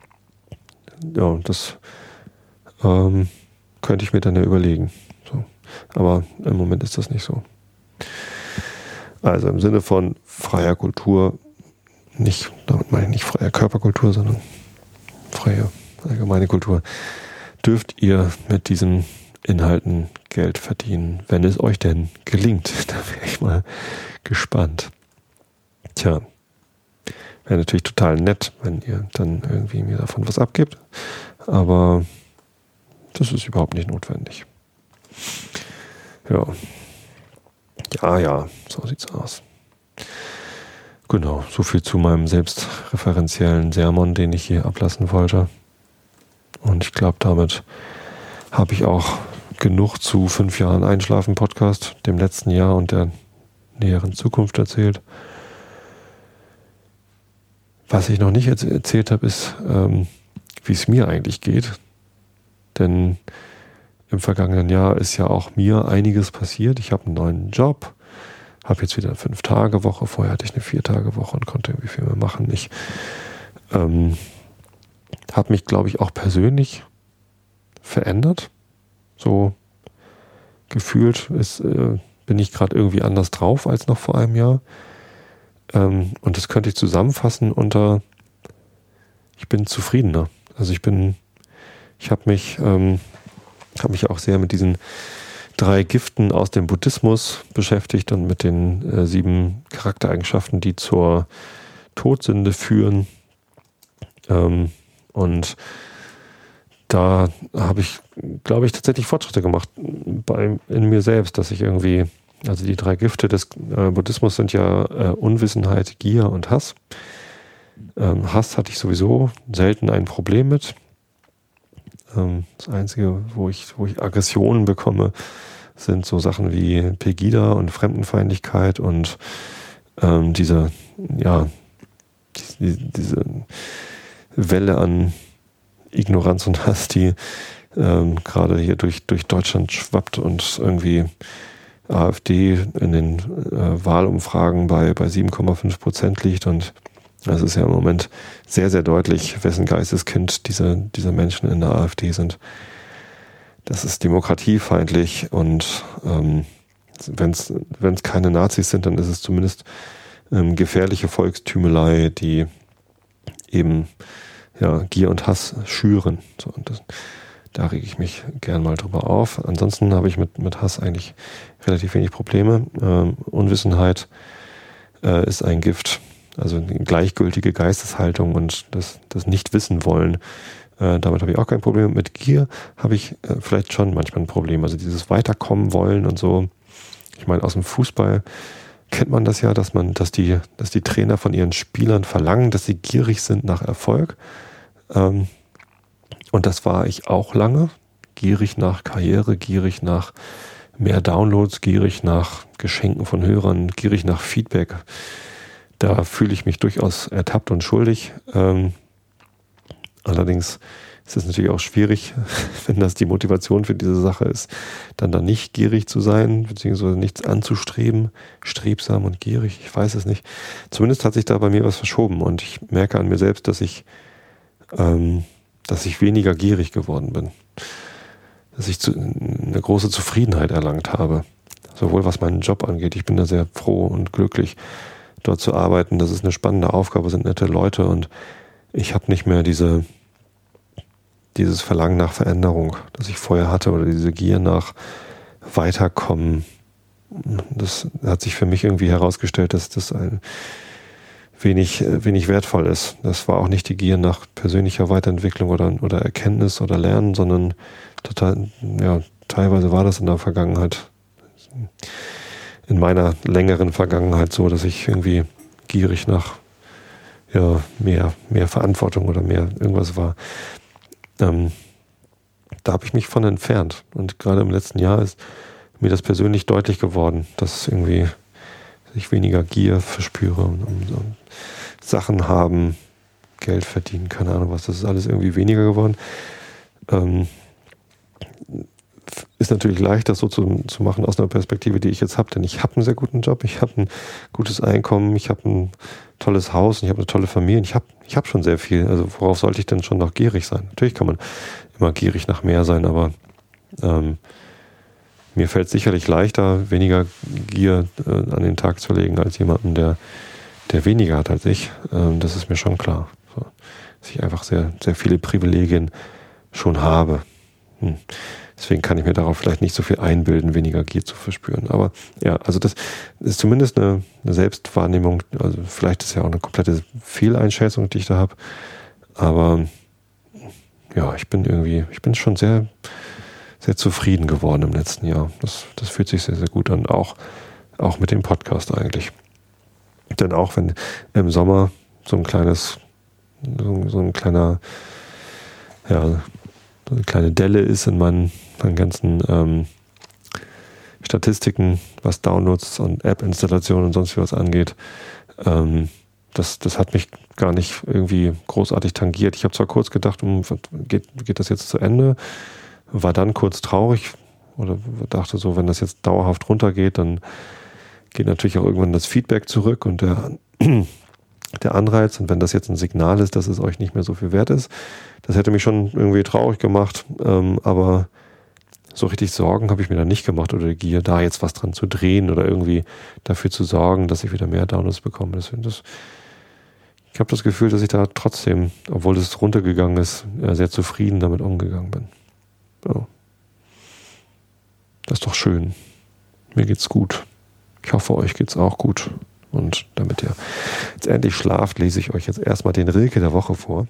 Ja, und das könnte ich mir dann ja überlegen. So. Aber im Moment ist das nicht so. Also im Sinne von freier Kultur, damit meine ich nicht freie Körperkultur, sondern freie allgemeine Kultur, dürft ihr mit diesen Inhalten Geld verdienen, wenn es euch denn gelingt. Da wäre ich mal gespannt. Tja, wäre natürlich total nett, wenn ihr dann irgendwie mir davon was abgibt, aber das ist überhaupt nicht notwendig. Ja, so sieht's aus. Genau, so viel zu meinem selbstreferenziellen Sermon, den ich hier ablassen wollte. Und ich glaube, damit habe ich auch genug zu 5 Jahren Einschlafen-Podcast, dem letzten Jahr und der näheren Zukunft erzählt. Was ich noch nicht erzählt habe, ist, wie es mir eigentlich geht. Denn im vergangenen Jahr ist ja auch mir einiges passiert. Ich habe einen neuen Job, habe jetzt wieder eine 5-Tage-Woche. Vorher hatte ich eine 4-Tage-Woche und konnte irgendwie viel mehr machen. Ich habe mich, glaube ich, auch persönlich verändert. So gefühlt bin ich gerade irgendwie anders drauf als noch vor einem Jahr. Und das könnte ich zusammenfassen unter ich bin zufriedener. Also ich habe mich auch sehr mit diesen 3 Giften aus dem Buddhismus beschäftigt und mit den 7 Charaktereigenschaften, die zur Todsünde führen. Und da habe ich, glaube ich, tatsächlich Fortschritte gemacht in mir selbst, dass ich irgendwie, also die 3 Gifte des Buddhismus sind ja Unwissenheit, Gier und Hass. Hass hatte ich sowieso selten ein Problem mit. Das Einzige, wo ich Aggressionen bekomme, sind so Sachen wie Pegida und Fremdenfeindlichkeit und diese Welle an Ignoranz und Hass, die gerade hier durch Deutschland schwappt und irgendwie AfD in den Wahlumfragen bei 7,5% liegt und das ist ja im Moment sehr, sehr deutlich, wessen Geisteskind diese Menschen in der AfD sind. Das ist demokratiefeindlich und wenn es keine Nazis sind, dann ist es zumindest gefährliche Volkstümelei, die eben Gier und Hass schüren. So, und da rege ich mich gern mal drüber auf. Ansonsten habe ich mit Hass eigentlich relativ wenig Probleme. Unwissenheit ist ein Gift. Also eine gleichgültige Geisteshaltung und das Nicht-Wissen wollen, damit habe ich auch kein Problem. Mit Gier habe ich vielleicht schon manchmal ein Problem. Also dieses Weiterkommen wollen und so. Ich meine, aus dem Fußball kennt man das ja, dass die Trainer von ihren Spielern verlangen, dass sie gierig sind nach Erfolg. Und das war ich auch lange. Gierig nach Karriere, gierig nach mehr Downloads, gierig nach Geschenken von Hörern, gierig nach Feedback. Da fühle ich mich durchaus ertappt und schuldig. Allerdings ist es natürlich auch schwierig, wenn das die Motivation für diese Sache ist, dann nicht gierig zu sein, beziehungsweise nichts anzustreben, strebsam und gierig, ich weiß es nicht. Zumindest hat sich da bei mir was verschoben und ich merke an mir selbst, dass ich weniger gierig geworden bin. Dass ich eine große Zufriedenheit erlangt habe. Sowohl was meinen Job angeht. Ich bin da sehr froh und glücklich, dort zu arbeiten. Das ist eine spannende Aufgabe, sind nette Leute und ich habe nicht mehr dieses Verlangen nach Veränderung, das ich vorher hatte, oder diese Gier nach Weiterkommen. Das hat sich für mich irgendwie herausgestellt, dass das ein wenig wertvoll ist. Das war auch nicht die Gier nach persönlicher Weiterentwicklung oder Erkenntnis oder Lernen, sondern teilweise war das in der Vergangenheit, in meiner längeren Vergangenheit so, dass ich irgendwie gierig nach mehr Verantwortung oder mehr irgendwas war. Da habe ich mich von entfernt. Und gerade im letzten Jahr ist mir das persönlich deutlich geworden, dass irgendwie ich weniger Gier verspüre und Sachen haben, Geld verdienen, keine Ahnung was. Das ist alles irgendwie weniger geworden. Ist natürlich leicht, das so zu machen aus einer Perspektive, die ich jetzt habe, denn ich habe einen sehr guten Job, ich habe ein gutes Einkommen, ich habe ein tolles Haus, ich habe eine tolle Familie, ich habe schon sehr viel. Also worauf sollte ich denn schon noch gierig sein? Natürlich kann man immer gierig nach mehr sein, aber mir fällt es sicherlich leichter, weniger Gier an den Tag zu legen, als jemanden, der weniger hat als ich. Das ist mir schon klar. So, dass ich einfach sehr, sehr viele Privilegien schon habe. Deswegen kann ich mir darauf vielleicht nicht so viel einbilden, weniger Gier zu verspüren. Aber ja, also das ist zumindest eine Selbstwahrnehmung. Also vielleicht ist es ja auch eine komplette Fehleinschätzung, die ich da habe. Aber ja, ich bin schon sehr, sehr zufrieden geworden im letzten Jahr. Das fühlt sich sehr, sehr gut an. Auch mit dem Podcast eigentlich. Denn auch wenn im Sommer so eine kleine Delle ist in meinen ganzen Statistiken, was Downloads und App-Installationen und sonst was angeht, das hat mich gar nicht irgendwie großartig tangiert. Ich habe zwar kurz gedacht, geht das jetzt zu Ende, war dann kurz traurig oder dachte so, wenn das jetzt dauerhaft runtergeht, dann geht natürlich auch irgendwann das Feedback zurück und der Anreiz, und wenn das jetzt ein Signal ist, dass es euch nicht mehr so viel wert ist, das hätte mich schon irgendwie traurig gemacht, aber so richtig Sorgen habe ich mir da nicht gemacht oder Gier, da jetzt was dran zu drehen oder irgendwie dafür zu sorgen, dass ich wieder mehr Downloads bekomme. Ich habe das Gefühl, dass ich da trotzdem, obwohl es runtergegangen ist, sehr zufrieden damit umgegangen bin. So. Das ist doch schön. Mir geht's gut. Ich hoffe, euch geht's auch gut. Und damit ihr jetzt endlich schlaft, lese ich euch jetzt erstmal den Rilke der Woche vor.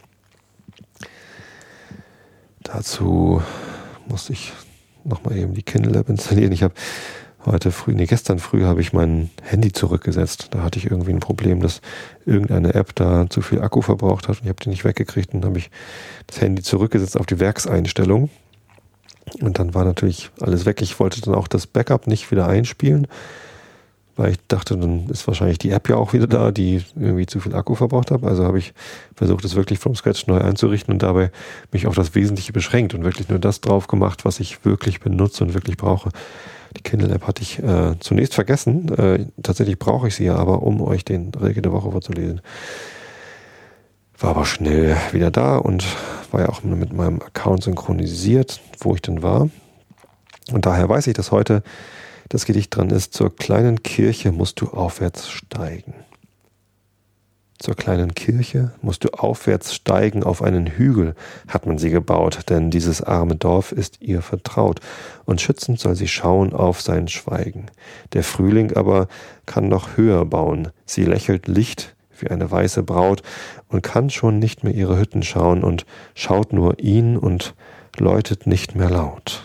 Dazu musste ich nochmal eben die Kindle-App installieren. Ich habe gestern früh habe ich mein Handy zurückgesetzt. Da hatte ich irgendwie ein Problem, dass irgendeine App da zu viel Akku verbraucht hat und ich habe die nicht weggekriegt. Und dann habe ich das Handy zurückgesetzt auf die Werkseinstellung. Und dann war natürlich alles weg. Ich wollte dann auch das Backup nicht wieder einspielen, weil ich dachte, dann ist wahrscheinlich die App ja auch wieder da, die irgendwie zu viel Akku verbraucht hat. Also habe ich versucht, es wirklich vom Scratch neu einzurichten und dabei mich auf das Wesentliche beschränkt und wirklich nur das drauf gemacht, was ich wirklich benutze und wirklich brauche. Die Kindle-App hatte ich zunächst vergessen. Tatsächlich brauche ich sie ja aber, um euch den Rilke der Woche vorzulesen. War aber schnell wieder da und war ja auch mit meinem Account synchronisiert, wo ich denn war. Und daher weiß ich, dass heute das Gedicht dran ist: Zur kleinen Kirche musst du aufwärts steigen. Zur kleinen Kirche musst du aufwärts steigen, auf einen Hügel hat man sie gebaut, denn dieses arme Dorf ist ihr vertraut, und schützend soll sie schauen auf sein Schweigen. Der Frühling aber kann noch höher bauen, sie lächelt Licht wie eine weiße Braut und kann schon nicht mehr ihre Hütten schauen und schaut nur ihn und läutet nicht mehr laut.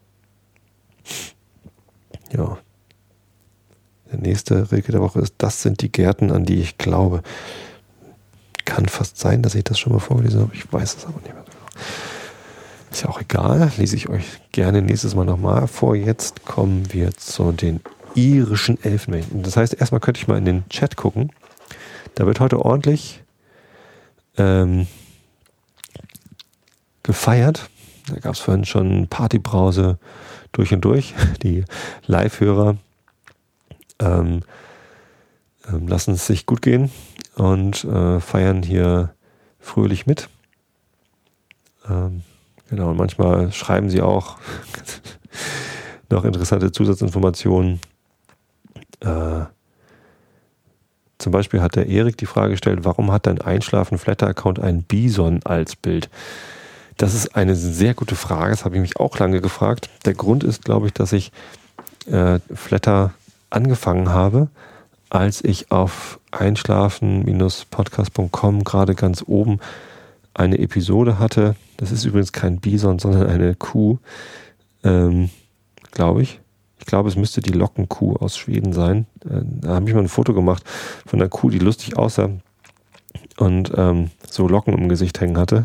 Ja. Der nächste Rilke der Woche ist: Das sind die Gärten, an die ich glaube. Kann fast sein, dass ich das schon mal vorgelesen habe. Ich weiß es aber nicht mehr so genau. Ist ja auch egal. Lese ich euch gerne nächstes Mal nochmal vor. Jetzt kommen wir zu den irischen Elfenmännchen. Das heißt, erstmal könnte ich mal in den Chat gucken. Da wird heute ordentlich gefeiert. Da gab es vorhin schon Partybrause durch und durch. Die Live-Hörer lassen es sich gut gehen und feiern hier fröhlich mit. Genau, und manchmal schreiben sie auch noch interessante Zusatzinformationen. Zum Beispiel hat der Erik die Frage gestellt: Warum hat dein Einschlafen-Flatter-Account einen Bison als Bild? Das ist eine sehr gute Frage, das habe ich mich auch lange gefragt. Der Grund ist, glaube ich, dass ich Flatter angefangen habe, als ich auf einschlafen-podcast.com gerade ganz oben eine Episode hatte. Das ist übrigens kein Bison, sondern eine Kuh, glaube ich. Ich glaube, es müsste die Lockenkuh aus Schweden sein. Da habe ich mal ein Foto gemacht von einer Kuh, die lustig aussah und so Locken im Gesicht hängen hatte.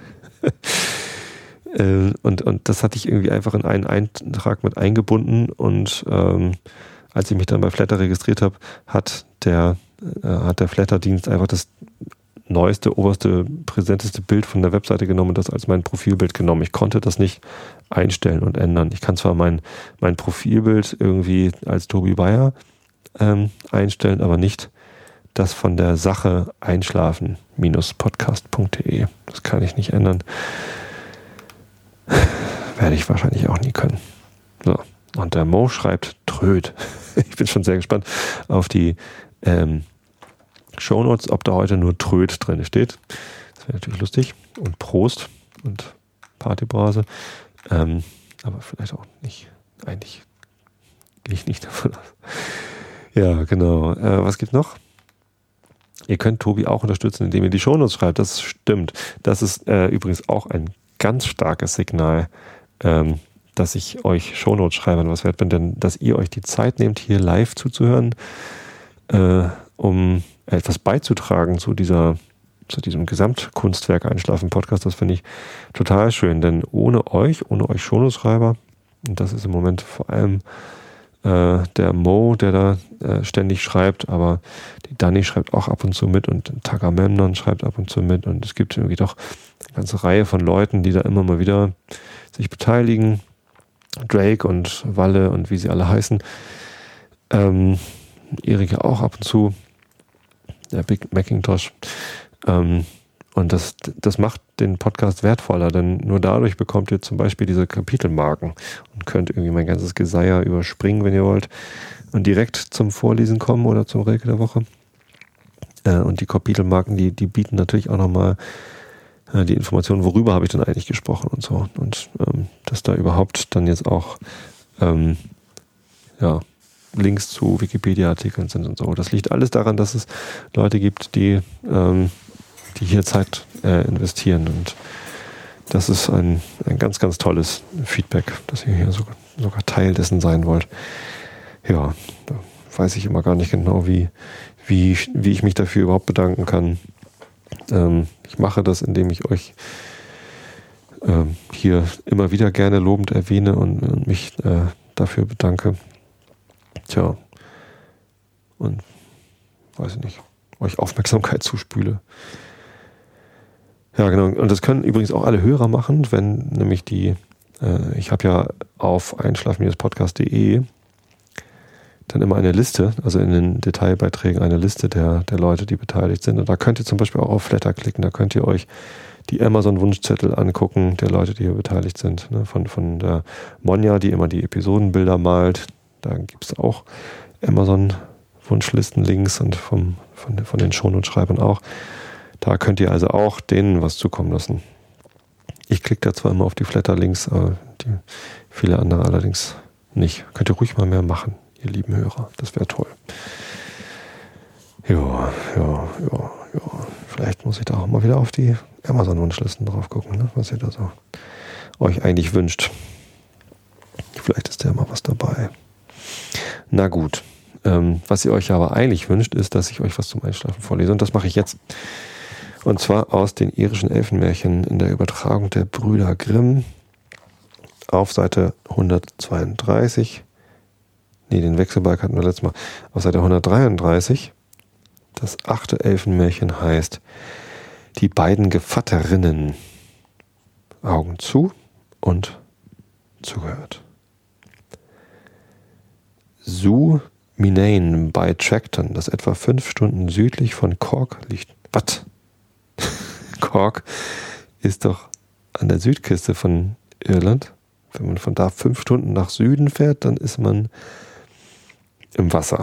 Und das hatte ich irgendwie einfach in einen Eintrag mit eingebunden und als ich mich dann bei Flatter registriert habe, hat der Flatter-Dienst einfach das neueste, oberste, präsenteste Bild von der Webseite genommen und das als mein Profilbild genommen. Ich konnte das nicht einstellen und ändern. Ich kann zwar mein Profilbild irgendwie als Tobi Bayer einstellen, aber nicht das von der Sache einschlafen-podcast.de. Das kann ich nicht ändern. Werde ich wahrscheinlich auch nie können. So, Und der Mo schreibt Tröd. Ich bin schon sehr gespannt auf die Shownotes, ob da heute nur Tröd drin steht. Das wäre natürlich lustig. Und Prost und Partybrase. Aber vielleicht auch nicht. Eigentlich gehe ich nicht davon aus. Ja, genau. Was gibt's noch? Ihr könnt Tobi auch unterstützen, indem ihr die Shownotes schreibt. Das stimmt. Das ist übrigens auch ein ganz starkes Signal, dass ich euch Shownotes schreibe. Und was wert bin, denn dass ihr euch die Zeit nehmt, hier live zuzuhören, um etwas beizutragen zu diesem Gesamtkunstwerk Einschlafen-Podcast. Das finde ich total schön, denn ohne euch Shownotes-Schreiber, und das ist im Moment vor allem der Mo, der da ständig schreibt, aber die Dani schreibt auch ab und zu mit und Tagamemnon schreibt ab und zu mit und es gibt irgendwie doch eine ganze Reihe von Leuten, die da immer mal wieder sich beteiligen. Drake und Walle und wie sie alle heißen. Erika auch ab und zu. Der Big Macintosh. Und das macht den Podcast wertvoller, denn nur dadurch bekommt ihr zum Beispiel diese Kapitelmarken und könnt irgendwie mein ganzes Geseier überspringen, wenn ihr wollt, und direkt zum Vorlesen kommen oder zum Rilke der Woche. Und die Kapitelmarken, die bieten natürlich auch nochmal die Informationen, worüber habe ich denn eigentlich gesprochen und so. Und dass da überhaupt dann jetzt auch Links zu Wikipedia-Artikeln sind und so. Das liegt alles daran, dass es Leute gibt, die hier Zeit investieren. Und das ist ein ganz, ganz tolles Feedback, dass ihr hier sogar Teil dessen sein wollt. Ja, da weiß ich immer gar nicht genau, wie ich mich dafür überhaupt bedanken kann. Ich mache das, indem ich euch hier immer wieder gerne lobend erwähne und mich dafür bedanke. Tja, und weiß ich nicht, euch Aufmerksamkeit zuspüle. Ja, genau. Und das können übrigens auch alle Hörer machen, wenn nämlich ich habe ja auf einschlafen-podcast.de dann immer eine Liste, also in den Detailbeiträgen eine Liste der Leute, die beteiligt sind. Und da könnt ihr zum Beispiel auch auf Flatter klicken, da könnt ihr euch die Amazon-Wunschzettel angucken, der Leute, die hier beteiligt sind. Ne? Von der Monja, die immer die Episodenbilder malt, da gibt es auch Amazon-Wunschlisten-Links und von den Shownotes-Schreibern auch. Da könnt ihr also auch denen was zukommen lassen. Ich klicke da zwar immer auf die Flatter-Links, aber viele andere allerdings nicht. Könnt ihr ruhig mal mehr machen, ihr lieben Hörer. Das wäre toll. Ja. Vielleicht muss ich da auch mal wieder auf die Amazon-Wunschlisten drauf gucken, ne? Was ihr da so euch eigentlich wünscht. Vielleicht ist da mal was dabei. Na gut. Was ihr euch aber eigentlich wünscht, ist, dass ich euch was zum Einschlafen vorlese. Und das mache ich jetzt. Und zwar aus den irischen Elfenmärchen in der Übertragung der Brüder Grimm auf Seite 132. Den Wechselbalg hatten wir letztes Mal. Auf Seite 133. Das 8. Elfenmärchen heißt Die beiden Gevatterinnen. Augen zu und zugehört. Su-Minane bei Tracton, das etwa 5 Stunden südlich von Cork liegt. Was? Cork ist doch an der Südküste von Irland. Wenn man von da 5 Stunden nach Süden fährt, dann ist man im Wasser.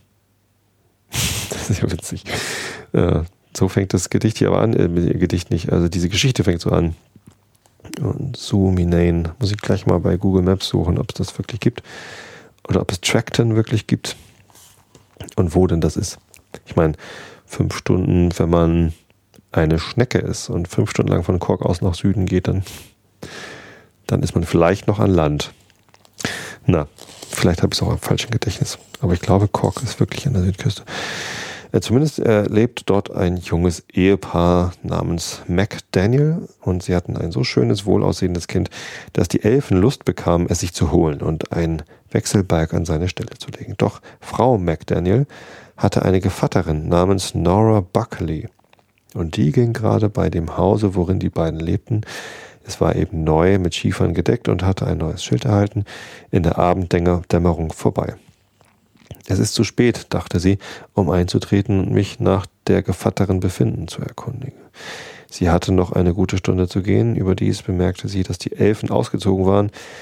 Das ist ja witzig. So fängt das Gedicht hier aber an. Gedicht nicht, also diese Geschichte fängt so an. Und Su-Minane. Muss ich gleich mal bei Google Maps suchen, ob es das wirklich gibt. Oder ob es Tracton wirklich gibt. Und wo denn das ist. Ich meine, 5 Stunden, wenn man eine Schnecke ist und 5 Stunden lang von Cork aus nach Süden geht, dann ist man vielleicht noch an Land. Na, vielleicht habe ich es auch im falschen Gedächtnis. Aber ich glaube, Cork ist wirklich an der Südküste. Zumindest lebt dort ein junges Ehepaar namens McDaniel und sie hatten ein so schönes, wohlaussehendes Kind, dass die Elfen Lust bekamen, es sich zu holen und einen Wechselbalg an seine Stelle zu legen. Doch Frau McDaniel hatte eine Gevatterin namens Nora Buckley und die ging gerade bei dem Hause, worin die beiden lebten. Es war eben neu mit Schiefern gedeckt und hatte ein neues Schild erhalten, in der Abenddämmerung vorbei. Es ist zu spät, dachte sie, um einzutreten und mich nach der Gevatterin Befinden zu erkundigen. Sie hatte noch eine gute Stunde zu gehen, überdies bemerkte sie, dass die Elfen ausgezogen waren,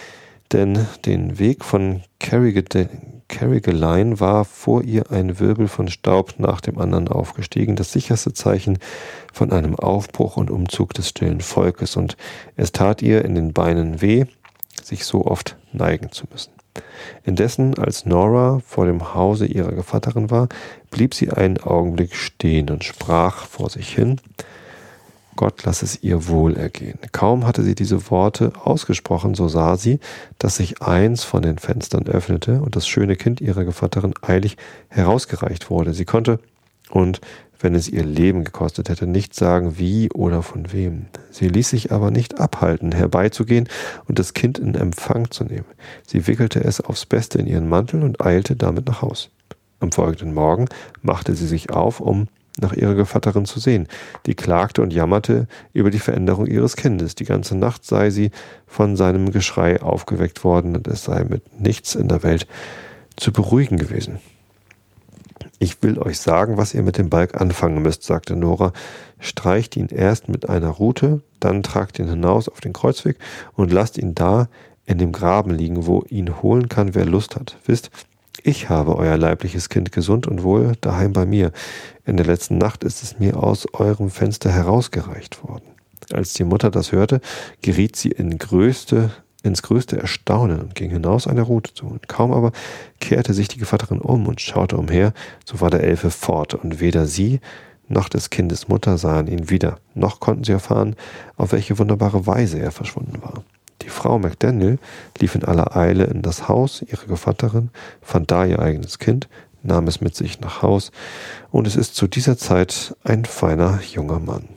denn den Weg von Carrigaline war vor ihr ein Wirbel von Staub nach dem anderen aufgestiegen, das sicherste Zeichen von einem Aufbruch und Umzug des stillen Volkes, und es tat ihr in den Beinen weh, sich so oft neigen zu müssen. Indessen, als Nora vor dem Hause ihrer Gevatterin war, blieb sie einen Augenblick stehen und sprach vor sich hin: Gott lass es ihr wohl ergehen. Kaum hatte sie diese Worte ausgesprochen, so sah sie, dass sich eins von den Fenstern öffnete und das schöne Kind ihrer Gevatterin eilig herausgereicht wurde. Sie konnte, und wenn es ihr Leben gekostet hätte, nicht sagen, wie oder von wem. Sie ließ sich aber nicht abhalten, herbeizugehen und das Kind in Empfang zu nehmen. Sie wickelte es aufs Beste in ihren Mantel und eilte damit nach Haus. Am folgenden Morgen machte sie sich auf, um nach ihrer Gevatterin zu sehen. Die klagte und jammerte über die Veränderung ihres Kindes. Die ganze Nacht sei sie von seinem Geschrei aufgeweckt worden und es sei mit nichts in der Welt zu beruhigen gewesen. Ich will euch sagen, was ihr mit dem Balg anfangen müsst, sagte Nora. Streicht ihn erst mit einer Rute, dann tragt ihn hinaus auf den Kreuzweg und lasst ihn da in dem Graben liegen, wo ihn holen kann, wer Lust hat. Wisst, ich habe euer leibliches Kind gesund und wohl daheim bei mir. In der letzten Nacht ist es mir aus eurem Fenster herausgereicht worden. Als die Mutter das hörte, geriet sie ins größte Erstaunen und ging hinaus an der Rute zu. Und kaum aber kehrte sich die Gevatterin um und schaute umher, so war der Elfe fort, und weder sie noch des Kindes Mutter sahen ihn wieder, noch konnten sie erfahren, auf welche wunderbare Weise er verschwunden war. Die Frau McDaniel lief in aller Eile in das Haus ihrer Gevatterin, fand da ihr eigenes Kind, nahm es mit sich nach Haus, und es ist zu dieser Zeit ein feiner junger Mann.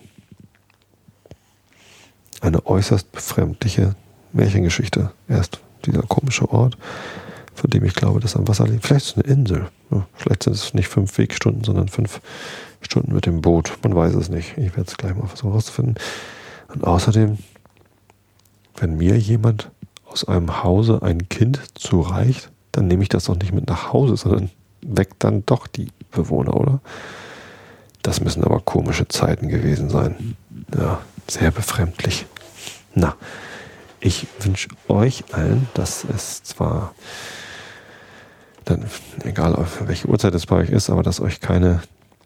Eine äußerst befremdliche Märchengeschichte. Erst dieser komische Ort, von dem ich glaube, dass am Wasser liegt. Vielleicht ist es eine Insel. Ja, vielleicht sind es nicht 5 Wegstunden, sondern 5 Stunden mit dem Boot. Man weiß es nicht. Ich werde es gleich mal versuchen herauszufinden. Und außerdem, wenn mir jemand aus einem Hause ein Kind zureicht, dann nehme ich das doch nicht mit nach Hause, sondern weckt dann doch die Bewohner, oder? Das müssen aber komische Zeiten gewesen sein. Ja, sehr befremdlich. Na, ich wünsche euch allen, dass es zwar, dann, egal welche Uhrzeit es bei euch ist, aber dass euch keine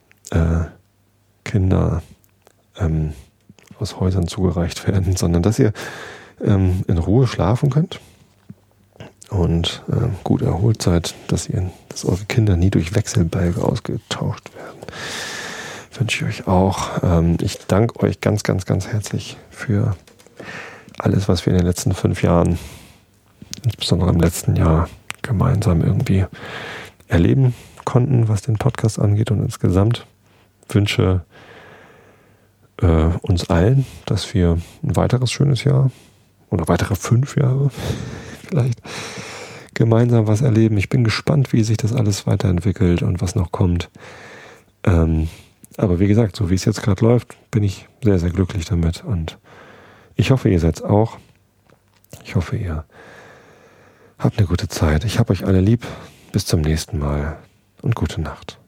Kinder aus Häusern zugereicht werden, sondern dass ihr in Ruhe schlafen könnt und gut erholt seid, dass eure Kinder nie durch Wechselbalge ausgetauscht werden. Wünsche ich euch auch. Ich danke euch ganz, ganz, ganz herzlich für alles, was wir in den letzten 5 Jahren, insbesondere im letzten Jahr, gemeinsam irgendwie erleben konnten, was den Podcast angeht, und insgesamt wünsche uns allen, dass wir ein weiteres schönes Jahr oder weitere 5 Jahre vielleicht gemeinsam was erleben. Ich bin gespannt, wie sich das alles weiterentwickelt und was noch kommt. Aber wie gesagt, so wie es jetzt gerade läuft, bin ich sehr, sehr glücklich damit, und ich hoffe, ihr seid's auch. Ich hoffe, ihr habt eine gute Zeit. Ich habe euch alle lieb. Bis zum nächsten Mal und gute Nacht.